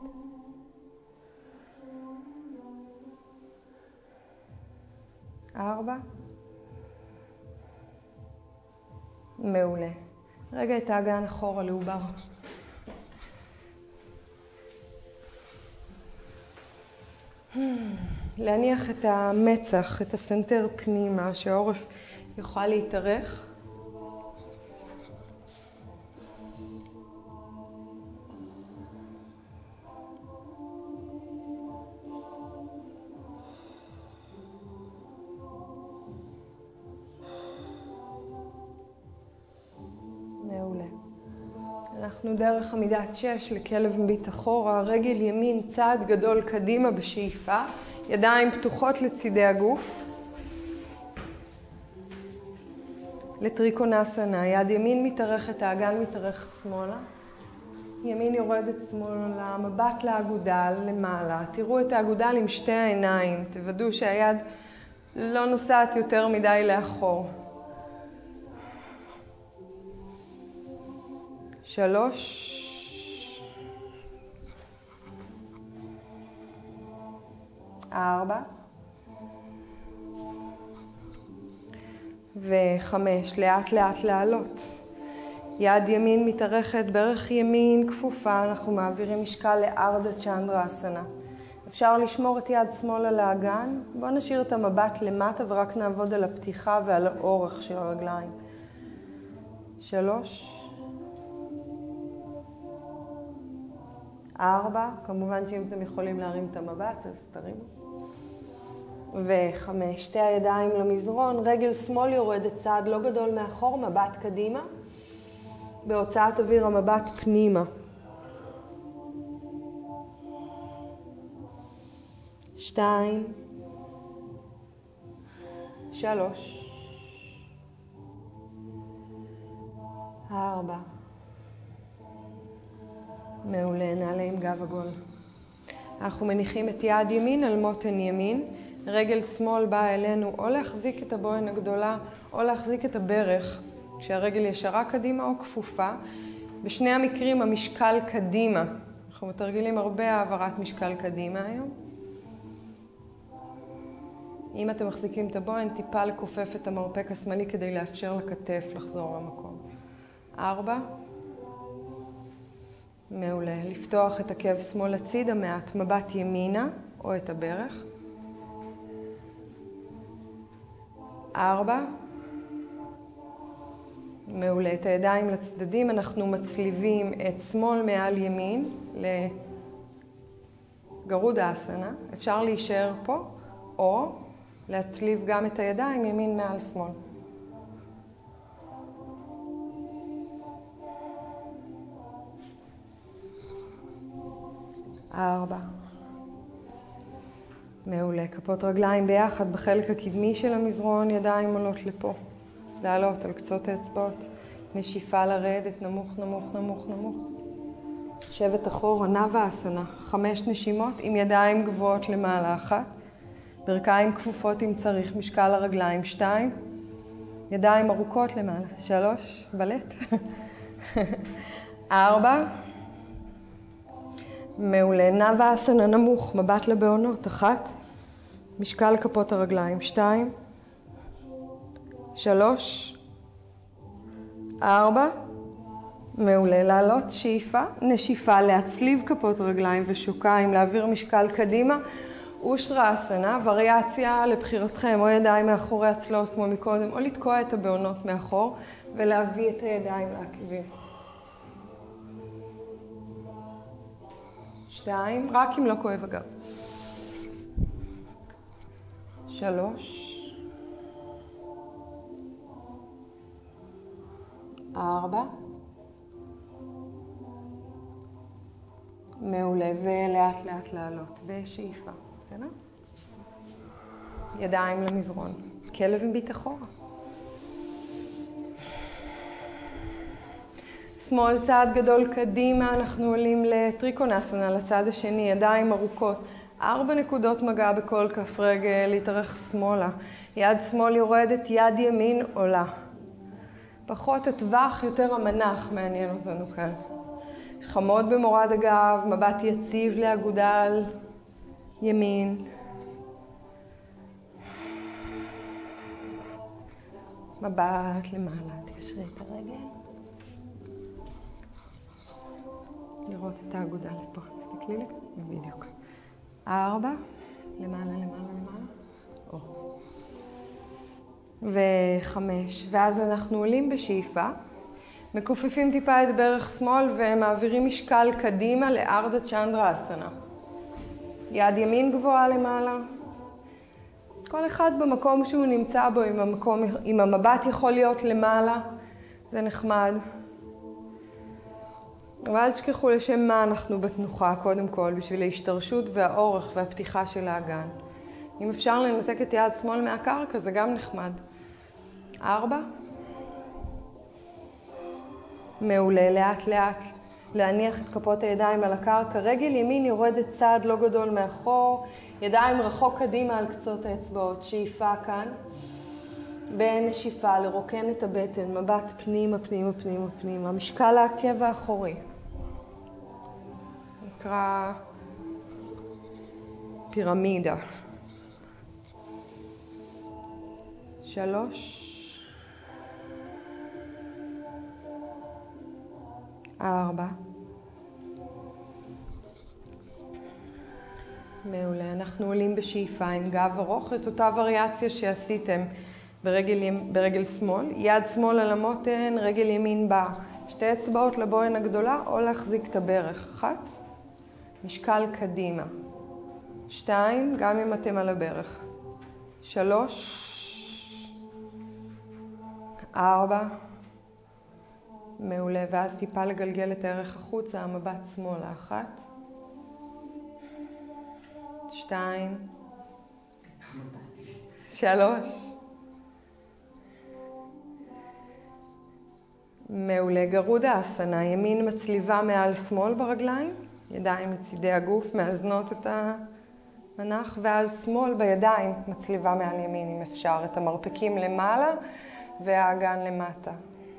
S1: ארבע. מעולה. רגע את האגן אחורה לעובר. להניח את המצח, את הסנטר פנימה, שהעורף יוכל להתארך. מעולה. אנחנו דרך עמידת שש לכלב מביט אחורה, רגל ימין צעד גדול קדימה בשאיפה, ידיים פתוחות לצידי הגוף. לטריקונסנה, יד ימין מתארכת, האגן מתארך שמאלה. ימין יורדת שמאלה, מבט לאגודל למעלה. תראו את האגודל עם שתי העיניים, תוודאו שהיד לא נוסעת יותר מדי לאחור. שלוש. ארבע. וחמש. לאט לאט לעלות. יד ימין מתארכת, ברך ימין כפופה, אנחנו מעבירים משקל לארדה צ'נדרה אסנה. אפשר לשמור את יד שמאל על האגן. בואו נשאיר את המבט למטה ורק נעבוד על הפתיחה ועל האורך של הרגליים. שלוש. ארבע, כמובן שאם אתם יכולים להרים את המבט, אז תרימו. וחמש, שתי הידיים למזרון, רגל שמאל יורדת צעד לא גדול מאחור, מבט קדימה. בהוצאת אוויר המבט פנימה. שתיים. שלוש. ארבע. מעולה, נעלה עם גב עגול. אנחנו מניחים את יד ימין על מותן ימין, רגל שמאל באה אלינו או להחזיק את הבוהן הגדולה או להחזיק את הברך, כשהרגל ישרה קדימה או כפופה. בשני המקרים המשקל קדימה. אנחנו מתרגלים הרבה העברת משקל קדימה היום. אם אתם מחזיקים את הבוהן, טיפה לכופף את המרפק השמאלי כדי לאפשר לכתף לחזור למקום. ארבע. מעולה. לפתוח את עקב שמאל הצידה מעט, מבט ימינה או את הברך. ארבע. מעולה. את הידיים לצדדים אנחנו מצליבים את שמאל מעל ימין לגרוד האסנה. אפשר להישאר פה או להצליב גם את הידיים ימין מעל שמאל. ארבע. מעולה. כפות רגליים ביחד בחלק הקדמי של המזרון, ידיים עולות לפה. לעלות על קצות האצבעות. נשיפה לרדת, נמוך, נמוך, נמוך, נמוך. שבת אחורה, נאווה אסנה. חמש נשימות עם ידיים גבוהות למעלה, אחת. ברכיים כפופות אם צריך, משקל הרגליים, שתיים. ידיים ארוכות למעלה, שלוש. בלט. ארבע. מעולה. נאווה אסנה נמוך, מבט לבעונות, אחת. משקל כפות הרגליים, שתיים. שלוש. ארבע. מעולה. לעלות, שאיפה, נשיפה, להצליב כפות רגליים ושוקיים, להעביר משקל קדימה. אושרה אסנה, וריאציה לבחירתכם, או ידיים מאחורי הצלעות כמו מקודם, או לתקוע את הבעונות מאחור ולהביא את הידיים לעקבים. שתיים, רק אם לא כואב הגב. שלוש. ארבע. מעולה, ולאט לאט לעלות, בשאיפה, בסדר? ידיים למזרון, כלב מביט אחורה. שמאל צעד גדול קדימה, אנחנו עולים לטריקונסנה, לצד השני, ידיים ארוכות. ארבע נקודות מגע בכל כף רגל, להתארך שמאלה. יד שמאל יורדת, יד ימין עולה. פחות הטווח, יותר המנח מעניין אותנו כאן. חמוד במורד הגב, מבט יציב לאגודל ימין. מבט למעלה, תיישרי את הרגל. לראות את האגודל פה. תסתכלי לי, בדיוק. ארבע, למעלה, למעלה, למעלה. או. וחמש, ואז אנחנו עולים בשאיפה. מכופפים טיפה את ברך שמאל ומעבירים משקל קדימה לארדה צ'נדרה אסנה. יד ימין גבוהה למעלה. כל אחד במקום שהוא נמצא בו, אם, המקום, אם המבט יכול להיות למעלה, זה נחמד. אבל אל תשכחו לשם מה אנחנו בתנוחה, קודם כל, בשביל ההשתרשות והאורך והפתיחה של האגן. אם אפשר לנתק את יד שמאל מהקרקע, זה גם נחמד. ארבע. מעולה, לאט לאט. להניח את כפות הידיים על הקרקע. רגל ימין יורדת צעד לא גדול מאחור. ידיים רחוק קדימה על קצות האצבעות. שאיפה כאן. בנשיפה לרוקן את הבטן. מבט פנימה, פנימה, פנימה, פנימה. משקל העקב האחורי. נקרא פירמידה. שלוש. ארבע. מעולה. אנחנו עולים בשאיפה עם גב ארוך, את אותה וריאציה שעשיתם ברגל, ברגל שמאל. יד שמאל על המותן, רגל ימין בה. שתי אצבעות לבוהן הגדולה או להחזיק את הברך. אחת. משקל קדימה. שתיים, גם אם אתם על הברך. שלוש. ארבע. מעולה, ואז טיפה לגלגל את הערך החוצה, המבט שמאלה. אחת. שתיים. שלוש. מעולה, גרודה אסנה, ימין מצליבה מעל שמאל ברגליים, ידיים מצידי הגוף, מאזנות את המנח, ואז שמאל בידיים מצליבה מעל ימין אם אפשר, את המרפקים למעלה והאגן למטה.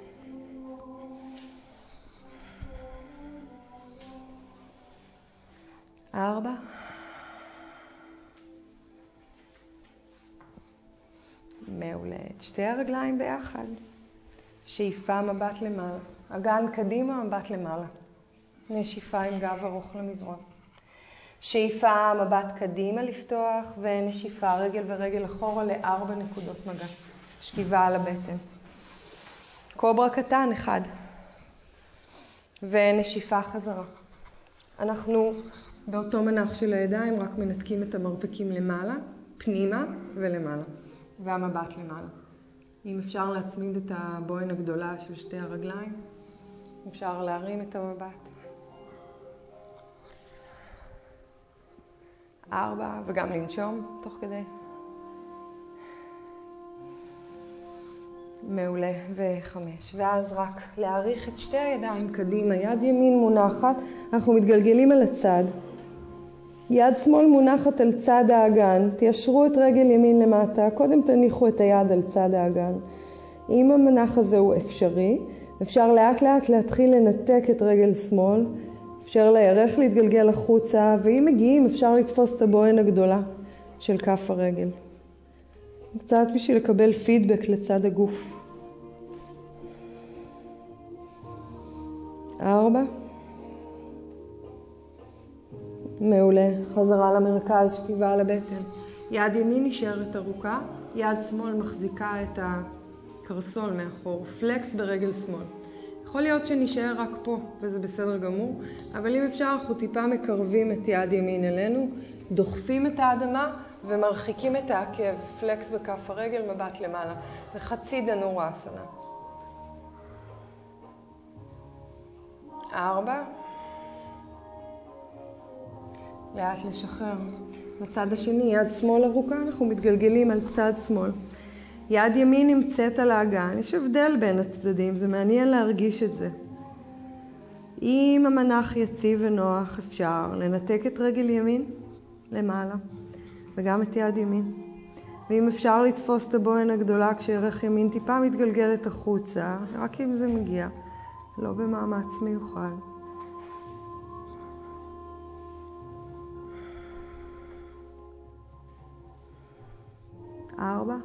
S1: ארבע. מעולה, את שתי הרגליים ביחד. שאיפה מבט למעלה. אגן קדימה, מבט למעלה. נשיפה עם גב ארוך למזרון. שאיפה מבט קדימה לפתוח, ונשיפה רגל ורגל אחורה לארבע נקודות מגע. שכיבה על הבטן. קוברה קטן, אחד. ונשיפה חזרה. אנחנו באותו מנח של הידיים רק מנתקים את המרפקים למעלה, פנימה ולמעלה. והמבט למעלה. אם אפשר להצמיד את הבוהן הגדולה של שתי הרגליים, אפשר להרים את המבט. ארבע, וגם לנשום תוך כדי. מעולה, וחמש. ואז רק להאריך את שתי הידיים קדימה, יד ימין מונחת, אנחנו מתגלגלים על הצד. יד שמאל מונחת על צד האגן, תיישרו את רגל ימין למטה, קודם תניחו את היד על צד האגן. אם המנח הזה הוא אפשרי, אפשר לאט לאט להתחיל לנתק את רגל שמאל, אפשר לירך להתגלגל החוצה, ואם מגיעים אפשר לתפוס את הבוהן הגדולה של כף הרגל. קצת בשביל לקבל פידבק לצד הגוף. ארבע. מעולה, חזרה למרכז, שכיבה על הבטן. יד ימין נשארת ארוכה, יד שמאל מחזיקה את הקרסול מאחור, פלקס ברגל שמאל. יכול להיות שנשאר רק פה, וזה בסדר גמור, אבל אם אפשר, אנחנו טיפה מקרבים את יד ימין אלינו, דוחפים את האדמה ומרחיקים את העקב, פלקס בכף הרגל, מבט למעלה, וחצי דנורה אסנה. ארבע. לאט לשחרר. בצד השני, יד שמאל ארוכה, אנחנו מתגלגלים על צד שמאל. יד ימין נמצאת על האגן, יש הבדל בין הצדדים, זה מעניין להרגיש את זה. אם המנח יציב ונוח, אפשר לנתק את רגל ימין למעלה, וגם את יד ימין. ואם אפשר לתפוס את הבוהן הגדולה כשירך ימין טיפה מתגלגלת החוצה, רק אם זה מגיע, לא במאמץ מיוחד. ארבע.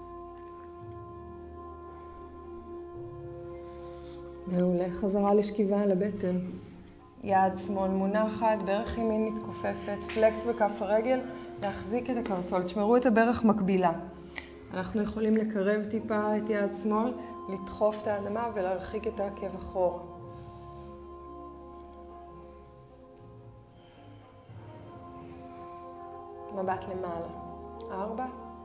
S1: מעולה, חזרה לשכיבה על הבטן. יד שמאל מונחת, ברך ימין מתכופפת, פלקס בכף הרגל, להחזיק את הקרסול. תשמרו את הברך מקבילה. אנחנו יכולים לקרב טיפה את יד שמאל, לדחוף את האדמה ולהרחיק את העקב אחורה. מבט למעלה. ארבע.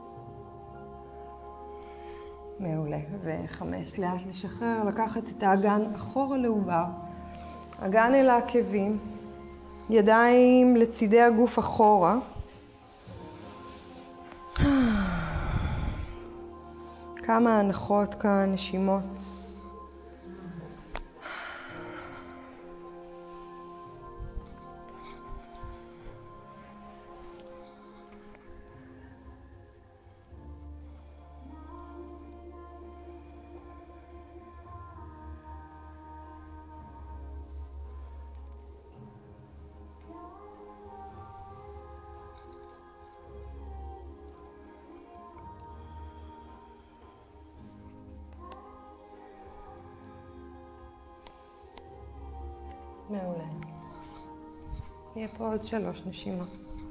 S1: מעולה. וחמש. לאט לשחרר, לקחת את האגן אחורה לעובר. אגן אל העקבים. ידיים לצידי הגוף אחורה. כמה הנחות כאן, נשימות. מעולה. יהיה פה עוד שלוש נשימות.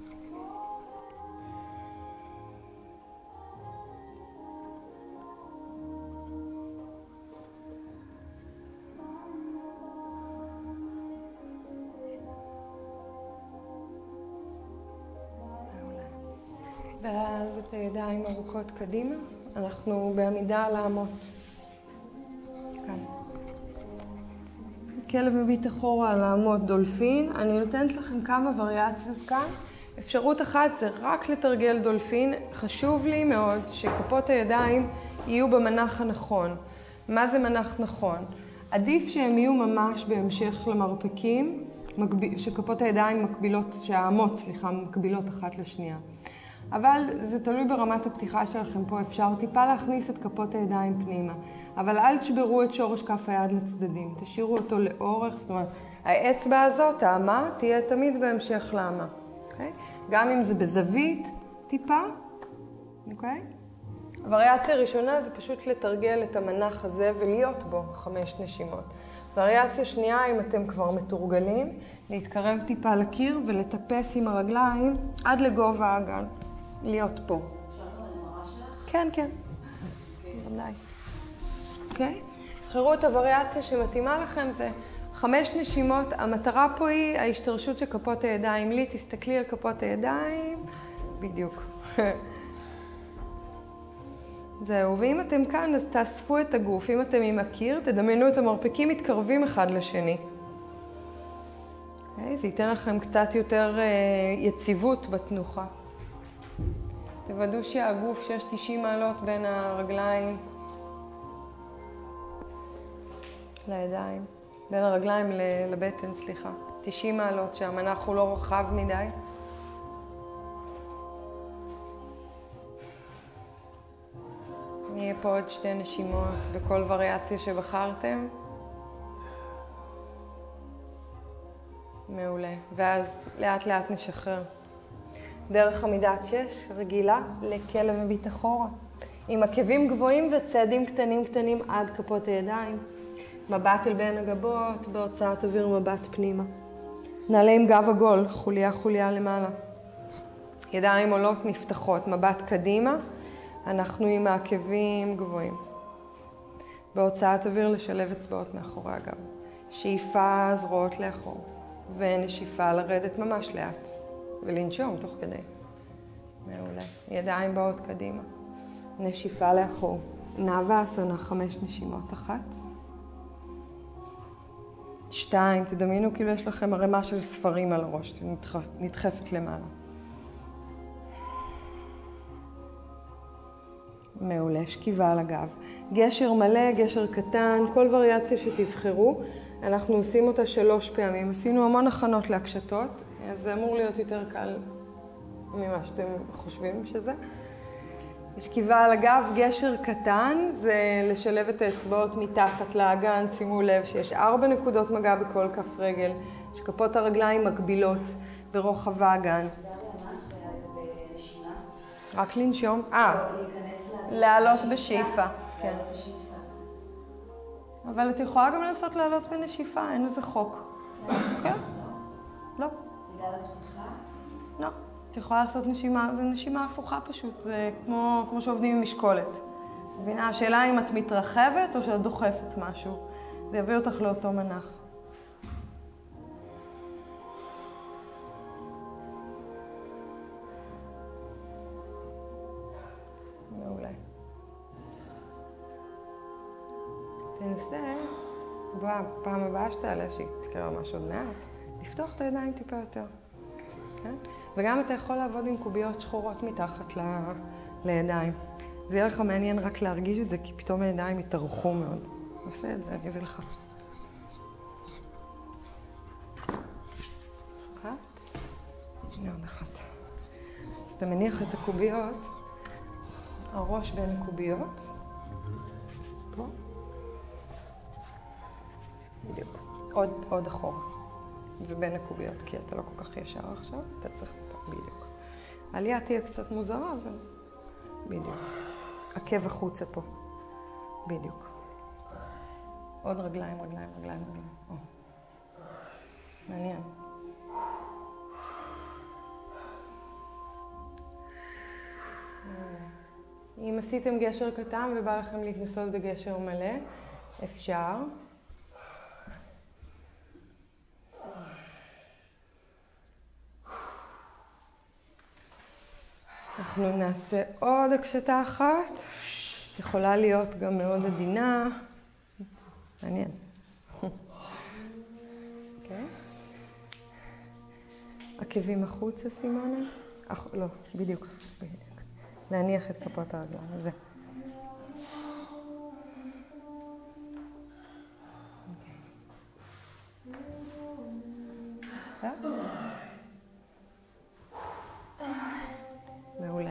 S1: ואז את הידיים ארוכות קדימה, אנחנו בעמידה על האמות. כאן. כלב מביט אחורה על האמות דולפין. אני נותנת לכם כמה וריאציות כאן. אפשרות אחת זה רק לתרגל דולפין. חשוב לי מאוד שכפות הידיים יהיו במנח הנכון. מה זה מנח נכון? עדיף שהם יהיו ממש בהמשך למרפקים, שכפות הידיים מקבילות, שהאמות, סליחה, מקבילות אחת לשנייה. אבל זה תלוי ברמת הפתיחה שלכם פה. אפשר טיפה להכניס את כפות הידיים פנימה. אבל אל תשברו את שורש כף היד לצדדים. תשאירו אותו לאורך, זאת אומרת, האצבע הזאת, האמה, תהיה תמיד בהמשך לאמה. אוקיי? גם אם זה בזווית, טיפה. אוקיי? הווריאציה הראשונה זה פשוט לתרגל את המנח הזה ולהיות בו חמש נשימות. וריאציה שנייה, אם אתם כבר מתורגלים, להתקרב טיפה לקיר ולטפס עם הרגליים עד לגובה האגן. להיות פה.
S2: אפשר גם למראה שלך?
S1: כן, כן. ודאי. אוקיי? תבחרו את הווריאציה שמתאימה לכם, זה חמש נשימות. המטרה פה היא ההשתרשות של כפות הידיים. לי, תסתכלי על כפות הידיים. בדיוק. זהו, ואם אתם כאן, אז תאספו את הגוף. אם אתם עם הקיר, תדמיינו את המרפקים מתקרבים אחד לשני. אוקיי? זה ייתן לכם קצת יותר יציבות בתנוחה. תוודאו שהגוף שיש תשעים מעלות בין הרגליים לידיים, בין הרגליים לבטן, סליחה. תשעים מעלות, שהמנח הוא לא רחב מדי. נהיה פה עוד שתי נשימות בכל וריאציה שבחרתם. מעולה. ואז לאט לאט נשחרר. דרך עמידת שש, רגילה לכלב מביט אחורה. עם עקבים גבוהים וצעדים קטנים קטנים עד כפות הידיים. מבט אל בין הגבות, בהוצאת אוויר מבט פנימה. נעלה עם גב עגול, חוליה חוליה למעלה. ידיים עולות נפתחות, מבט קדימה. אנחנו עם העקבים גבוהים. בהוצאת אוויר לשלב אצבעות מאחורי הגב. שאיפה זרועות לאחור. ונשיפה לרדת ממש לאט. ולנשום תוך כדי. מעולה. ידיים באות קדימה. נשיפה לאחור. נאווה-אסנה, חמש נשימות. אחת. שתיים. תדמיינו כאילו יש לכם ערימה של ספרים על הראש. נדחפת למעלה. מעולה. שכיבה על הגב. גשר מלא, גשר קטן, כל וריאציה שתבחרו. אנחנו עושים אותה שלוש פעמים. עשינו המון הכנות להקשתות. אז זה אמור להיות יותר קל ממה שאתם חושבים שזה. שכיבה על הגב, גשר קטן, זה לשלב את האצבעות מתחת לאגן. שימו לב שיש ארבע נקודות מגע בכל כף רגל, שכפות הרגליים מקבילות ברוחב האגן.
S2: דריה, מה? בנשימה?
S1: רק לנשום. אה,
S2: להיכנס
S1: לעלות בשאיפה. כן.
S2: לעלות בשאיפה.
S1: אבל את יכולה גם לנסות לעלות בנשיפה, אין לזה חוק. כן? לא.
S2: בגלל הפתיחה?
S1: לא. את יכולה לעשות נשימה, זה נשימה הפוכה פשוט, זה כמו, כמו שעובדים עם משקולת. מבינה, השאלה אם את מתרחבת או שאת דוחפת משהו. זה יביא אותך לאותו מנח. מעולה. תנסה, בפעם הבאה שתעלה, שהיא תקרא ממש עוד מעט, לפתוח את הידיים טיפה יותר. כן? וגם אתה יכול לעבוד עם קוביות שחורות מתחת ל... לידיים. זה יהיה לך מעניין רק להרגיש את זה, כי פתאום הידיים יתארחו מאוד. נעשה את זה, אני אביא לך. אחת. הנה עוד אחת. אז אתה מניח את הקוביות, הראש בין הקוביות. פה. בדיוק. עוד, עוד אחורה. ובין הקוביות, כי אתה לא כל כך ישר עכשיו, אתה צריך את בדיוק. העלייה תהיה קצת מוזרה, אבל בדיוק. עקב החוצה פה. בדיוק. עוד רגליים, רגליים, רגליים, רגליים. או. מעניין. אם עשיתם גשר קטן ובא לכם להתנסות בגשר מלא, אפשר. אנחנו נעשה עוד הקשתה אחת, יכולה להיות גם מאוד עדינה, מעניין. אוקיי. עקבים החוצה, סימונה? אח... לא, בדיוק, בדיוק. להניח את כפות הרגליים, זה. מעולה.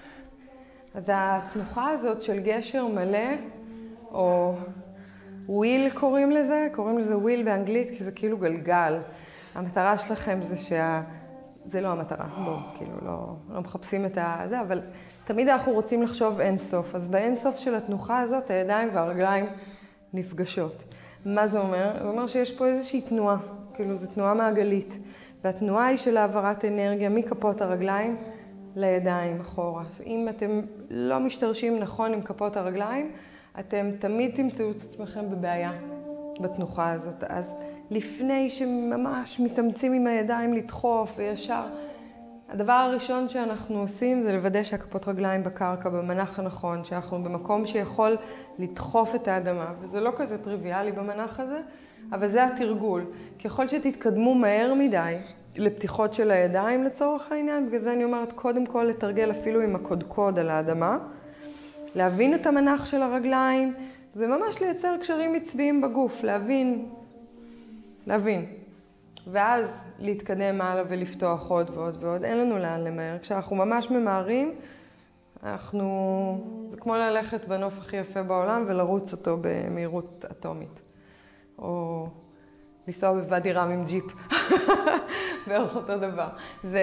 S1: אז התנוחה הזאת של גשר מלא, או וויל קוראים לזה, קוראים לזה וויל באנגלית, כי זה כאילו גלגל. המטרה שלכם זה שה... זה לא המטרה, בואו, כאילו לא, לא מחפשים את זה, אבל תמיד אנחנו רוצים לחשוב אין סוף. אז באין סוף של התנוחה הזאת, הידיים והרגליים נפגשות. מה זה אומר? זה אומר שיש פה איזושהי תנועה, כאילו זו תנועה מעגלית. והתנועה היא של העברת אנרגיה מכפות הרגליים לידיים אחורה. אם אתם לא משתרשים נכון עם כפות הרגליים, אתם תמיד תמצאו את עצמכם בבעיה בתנוחה הזאת. אז לפני שממש מתאמצים עם הידיים לדחוף וישר, הדבר הראשון שאנחנו עושים זה לוודא שהכפות רגליים בקרקע במנח הנכון, שאנחנו במקום שיכול לדחוף את האדמה, וזה לא כזה טריוויאלי במנח הזה, אבל זה התרגול. ככל שתתקדמו מהר מדי לפתיחות של הידיים לצורך העניין, בגלל זה אני אומרת קודם כל לתרגל אפילו עם הקודקוד על האדמה, להבין את המנח של הרגליים, זה ממש לייצר קשרים עצביים בגוף, להבין, להבין. ואז להתקדם הלאה ולפתוח עוד ועוד ועוד. אין לנו לאן למהר. כשאנחנו ממש ממהרים, אנחנו... זה כמו ללכת בנוף הכי יפה בעולם ולרוץ אותו במהירות אטומית. או לנסוע בוואדי רם עם ג'יפ. בערך אותו דבר. זה...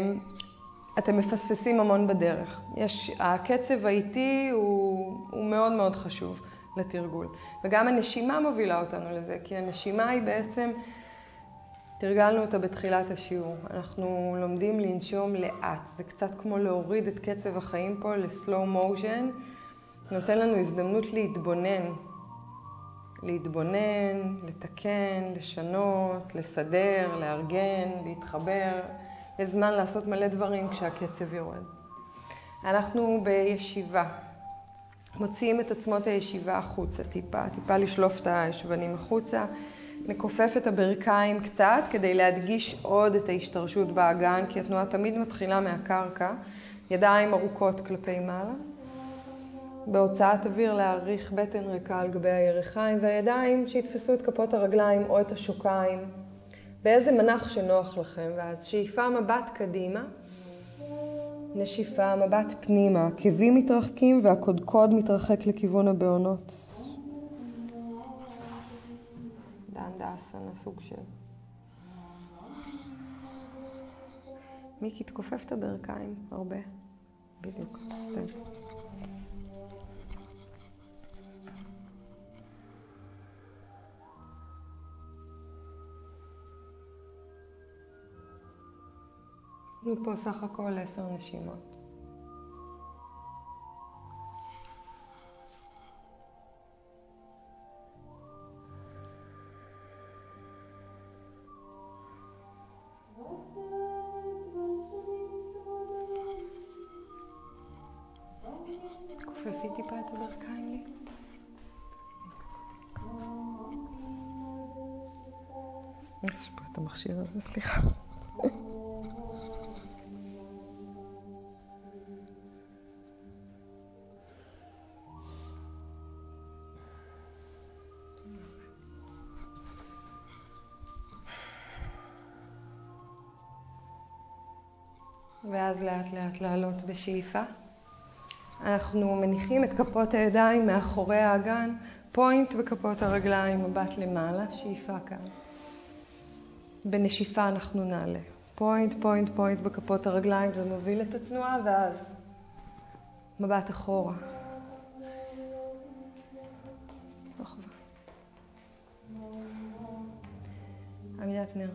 S1: אתם מפספסים המון בדרך. יש... הקצב האיטי הוא... הוא מאוד מאוד חשוב לתרגול. וגם הנשימה מובילה אותנו לזה, כי הנשימה היא בעצם... תרגלנו אותה בתחילת השיעור. אנחנו לומדים לנשום לאט. זה קצת כמו להוריד את קצב החיים פה לסלואו מושן. נותן לנו הזדמנות להתבונן. להתבונן, לתקן, לשנות, לסדר, לארגן, להתחבר. יש זמן לעשות מלא דברים כשהקצב יורד. אנחנו בישיבה. מוציאים את עצמות הישיבה החוצה טיפה. טיפה לשלוף את הישבנים החוצה. נכופף את הברכיים קצת כדי להדגיש עוד את ההשתרשות באגן, כי התנועה תמיד מתחילה מהקרקע. ידיים ארוכות כלפי מעלה. בהוצאת אוויר להאריך בטן ריקה על גבי הירכיים, והידיים שיתפסו את כפות הרגליים או את השוקיים. באיזה מנח שנוח לכם, ואז שאיפה מבט קדימה. נשיפה מבט פנימה. עקבים מתרחקים והקודקוד מתרחק לכיוון הבעונות. דאסנה, סוג של. מיקי, תכופף את הברכיים הרבה. בדיוק, בסדר. אנחנו פה סך הכל עשר נשימות. כופפי טיפה את הברכיים לי. יש פה את המכשיר הזה, סליחה. ואז לאט לאט לעלות בשאיפה. אנחנו מניחים את כפות הידיים מאחורי האגן, פוינט בכפות הרגליים, מבט למעלה, שאיפה כאן. בנשיפה אנחנו נעלה. פוינט, פוינט, פוינט בכפות הרגליים, זה מוביל את התנועה, ואז מבט אחורה. עמידת נר.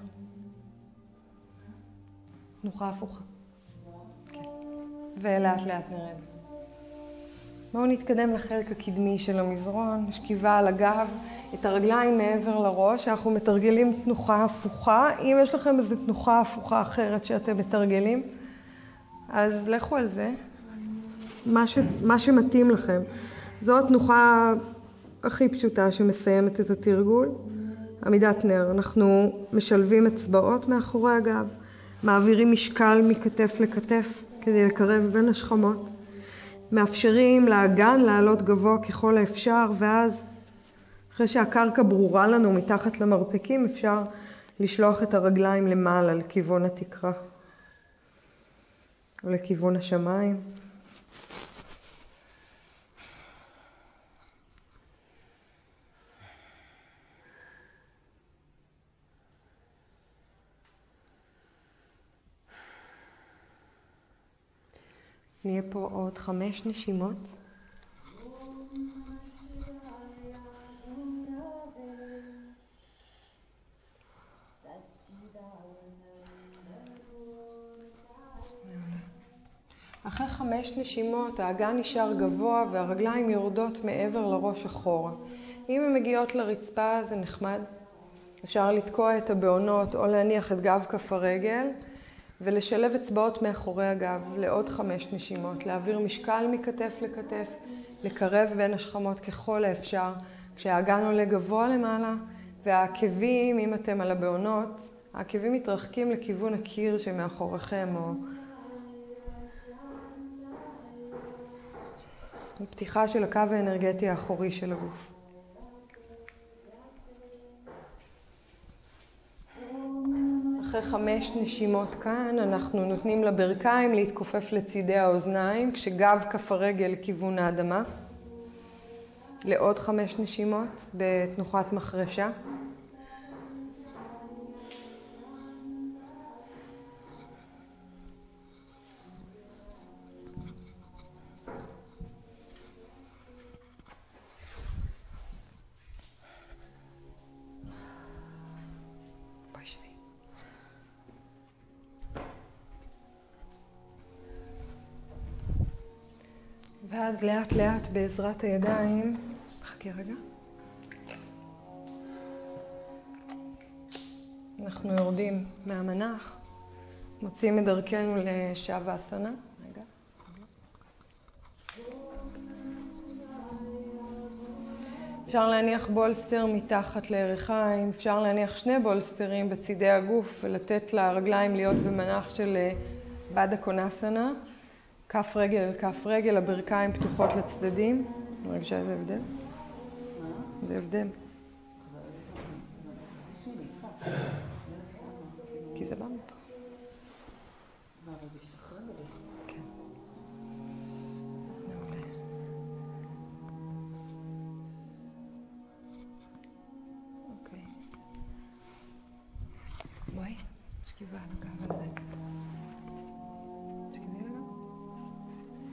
S1: תנוחה הפוכה. כן. ולאט לאט נרד. בואו נתקדם לחלק הקדמי של המזרון, שכיבה על הגב, את הרגליים מעבר לראש, אנחנו מתרגלים תנוחה הפוכה. אם יש לכם איזו תנוחה הפוכה אחרת שאתם מתרגלים, אז לכו על זה, מה, ש... מה שמתאים לכם. זו התנוחה הכי פשוטה שמסיימת את התרגול. עמידת נר, אנחנו משלבים אצבעות מאחורי הגב, מעבירים משקל מכתף לכתף כדי לקרב בין השכמות. מאפשרים לאגן לעלות גבוה ככל האפשר, ואז אחרי שהקרקע ברורה לנו מתחת למרפקים, אפשר לשלוח את הרגליים למעלה לכיוון התקרה או לכיוון השמיים. נהיה פה עוד חמש נשימות. אחרי חמש נשימות האגן נשאר גבוה והרגליים יורדות מעבר לראש אחורה. אם הן מגיעות לרצפה זה נחמד. אפשר לתקוע את הבעונות או להניח את גב כף הרגל. ולשלב אצבעות מאחורי הגב לעוד חמש נשימות, להעביר משקל מכתף לכתף, לקרב בין השכמות ככל האפשר, כשהאגן עולה גבוה למעלה, והעקבים, אם אתם על הבעונות, העקבים מתרחקים לכיוון הקיר שמאחוריכם, או פתיחה של הקו האנרגטי האחורי של הגוף. אחרי חמש נשימות כאן, אנחנו נותנים לברכיים להתכופף לצידי האוזניים, כשגב כף הרגל לכיוון האדמה. לעוד חמש נשימות בתנוחת מחרשה. ואז לאט לאט בעזרת הידיים, חכי רגע. אנחנו יורדים מהמנח, מוצאים את דרכנו לשאוואסנה. רגע. אפשר להניח בולסטר מתחת לירכיים, אפשר להניח שני בולסטרים בצידי הגוף ולתת לרגליים להיות במנח של בדא קונאסנה. כף רגל אל כף רגל, הברכיים פתוחות לצדדים. מרגישה איזה הבדל? זה הבדל. כי זה בא מפה. כן. מעולה. אוקיי. בואי, שכיבה על הגב על זה. שכיבי על הגב.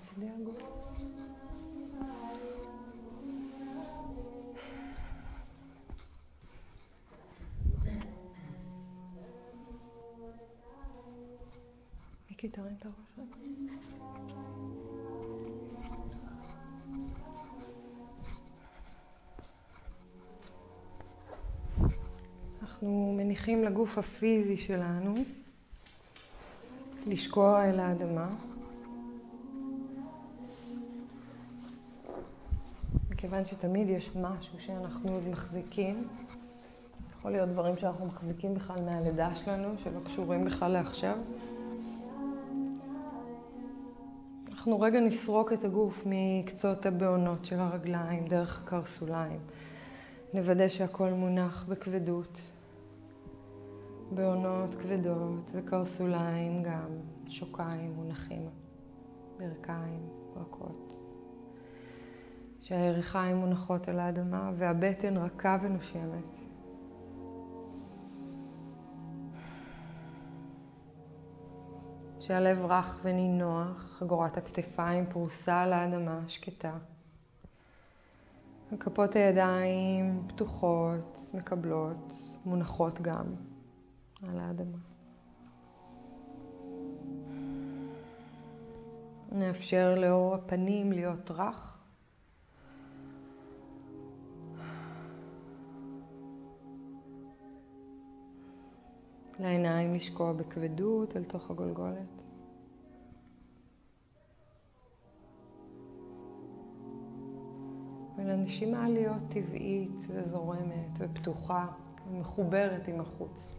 S1: צידי הגוף. מיקי, תרים את הראש. אנחנו מניחים לגוף הפיזי שלנו לשקוע אל האדמה. מכיוון שתמיד יש משהו שאנחנו עוד מחזיקים, יכול להיות דברים שאנחנו מחזיקים בכלל מהלידה שלנו, שלא קשורים בכלל לעכשיו. אנחנו רגע נסרוק את הגוף מקצות הבעונות של הרגליים, דרך הקרסוליים. נוודא שהכל מונח בכבדות. בעונות כבדות וקרסוליים גם, שוקיים מונחים, ברכיים רכות. שהירכיים מונחות על האדמה והבטן רכה ונושמת. שהלב רך ונינוח, חגורת הכתפיים פרוסה על האדמה שקטה. כפות הידיים פתוחות, מקבלות, מונחות גם על האדמה. נאפשר לאור הפנים להיות רך. לעיניים לשקוע בכבדות אל תוך הגולגולת. ולנשימה להיות טבעית וזורמת ופתוחה ומחוברת עם החוץ.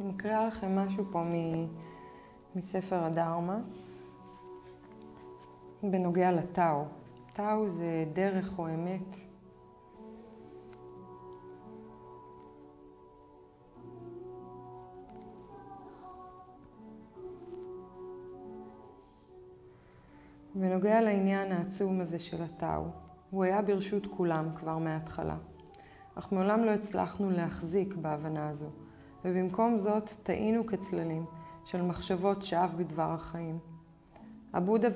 S1: אני מקריאה לכם משהו פה מספר הדרמה, בנוגע לטאו. טאו זה דרך או אמת. בנוגע לעניין העצום הזה של הטאו, הוא היה ברשות כולם כבר מההתחלה, אך מעולם לא הצלחנו להחזיק בהבנה הזו, ובמקום זאת טעינו כצללים של מחשבות שווא בדבר החיים. הבודה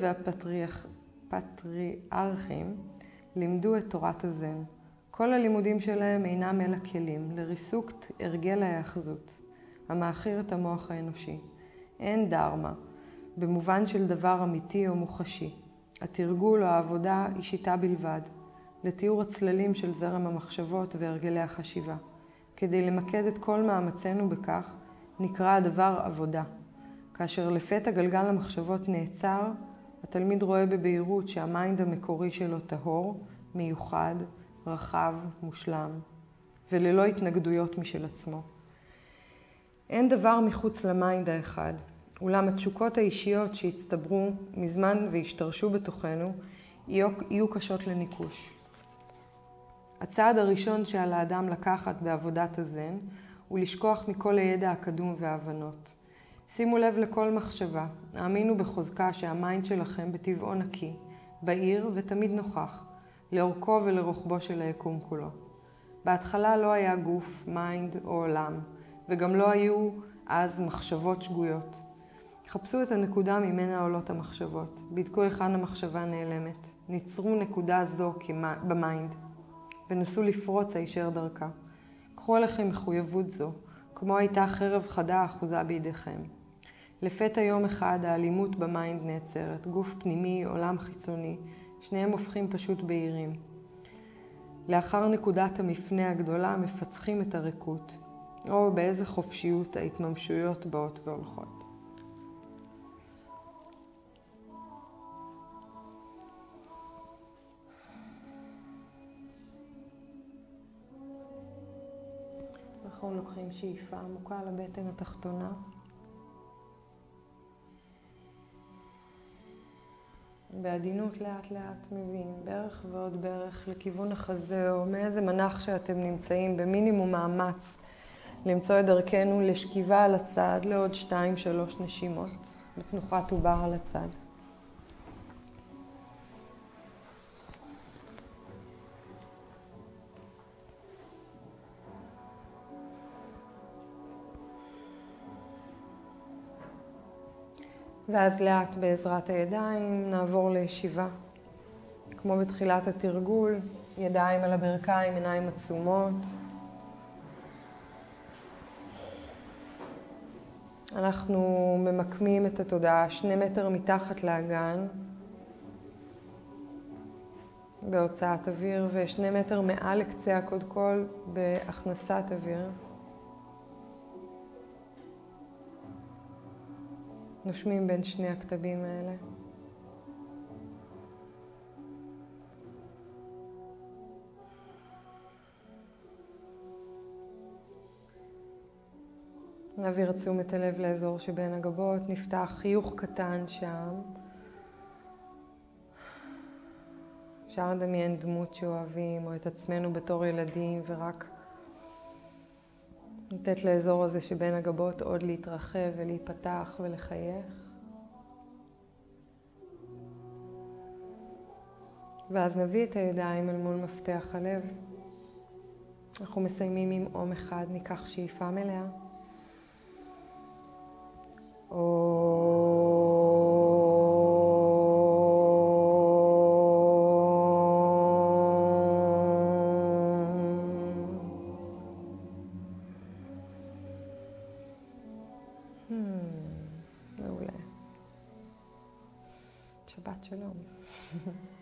S1: והפטריארכים לימדו את תורת הזן. כל הלימודים שלהם אינם אלא כלים לריסוק הרגל ההיאחזות, המאכיר את המוח האנושי. אין דרמה, במובן של דבר אמיתי או מוחשי. התרגול או העבודה היא שיטה בלבד, לתיאור הצללים של זרם המחשבות והרגלי החשיבה. כדי למקד את כל מאמצינו בכך, נקרא הדבר עבודה. כאשר לפתע גלגל המחשבות נעצר, התלמיד רואה בבהירות שהמיינד המקורי שלו טהור, מיוחד, רחב, מושלם, וללא התנגדויות משל עצמו. אין דבר מחוץ למיינד האחד, אולם התשוקות האישיות שהצטברו מזמן והשתרשו בתוכנו, יהיו, יהיו קשות לניקוש. הצעד הראשון שעל האדם לקחת בעבודת הזן, הוא לשכוח מכל הידע הקדום וההבנות. שימו לב לכל מחשבה, האמינו בחוזקה שהמיינד שלכם בטבעו נקי, בהיר ותמיד נוכח, לאורכו ולרוחבו של היקום כולו. בהתחלה לא היה גוף, מיינד או עולם, וגם לא היו אז מחשבות שגויות. חפשו את הנקודה ממנה עולות המחשבות, בדקו היכן המחשבה נעלמת, ניצרו נקודה זו במיינד, ונסו לפרוץ הישר דרכה. קחו עליכם מחויבות זו, כמו הייתה חרב חדה אחוזה בידיכם. לפתע יום אחד האלימות במיינד נעצרת, גוף פנימי, עולם חיצוני, שניהם הופכים פשוט בהירים. לאחר נקודת המפנה הגדולה מפצחים את הריקות, או באיזה חופשיות ההתממשויות באות והולכות. אנחנו לוקחים שאיפה עמוקה לבטן התחתונה. בעדינות לאט לאט מביאים ברך ועוד ברך לכיוון החזה, או מאיזה מנח שאתם נמצאים, במינימום מאמץ למצוא את דרכנו לשכיבה על הצד לעוד שתיים שלוש נשימות בתנוחת עובר על הצד. ואז לאט בעזרת הידיים נעבור לישיבה. כמו בתחילת התרגול, ידיים על הברכיים, עיניים עצומות. אנחנו ממקמים את התודעה שני מטר מתחת לאגן, בהוצאת אוויר, ושני מטר מעל לקצה הקודקול בהכנסת אוויר. נושמים בין שני הכתבים האלה. נעביר את תשומת הלב לאזור שבין הגבות, נפתח חיוך קטן שם. אפשר לדמיין דמות שאוהבים או את עצמנו בתור ילדים ורק לתת לאזור הזה שבין הגבות עוד להתרחב ולהיפתח ולחייך. ואז נביא את הידיים אל מול מפתח הלב. אנחנו מסיימים עם אום אחד, ניקח שאיפה מלאה. מעולה. שבת שלום.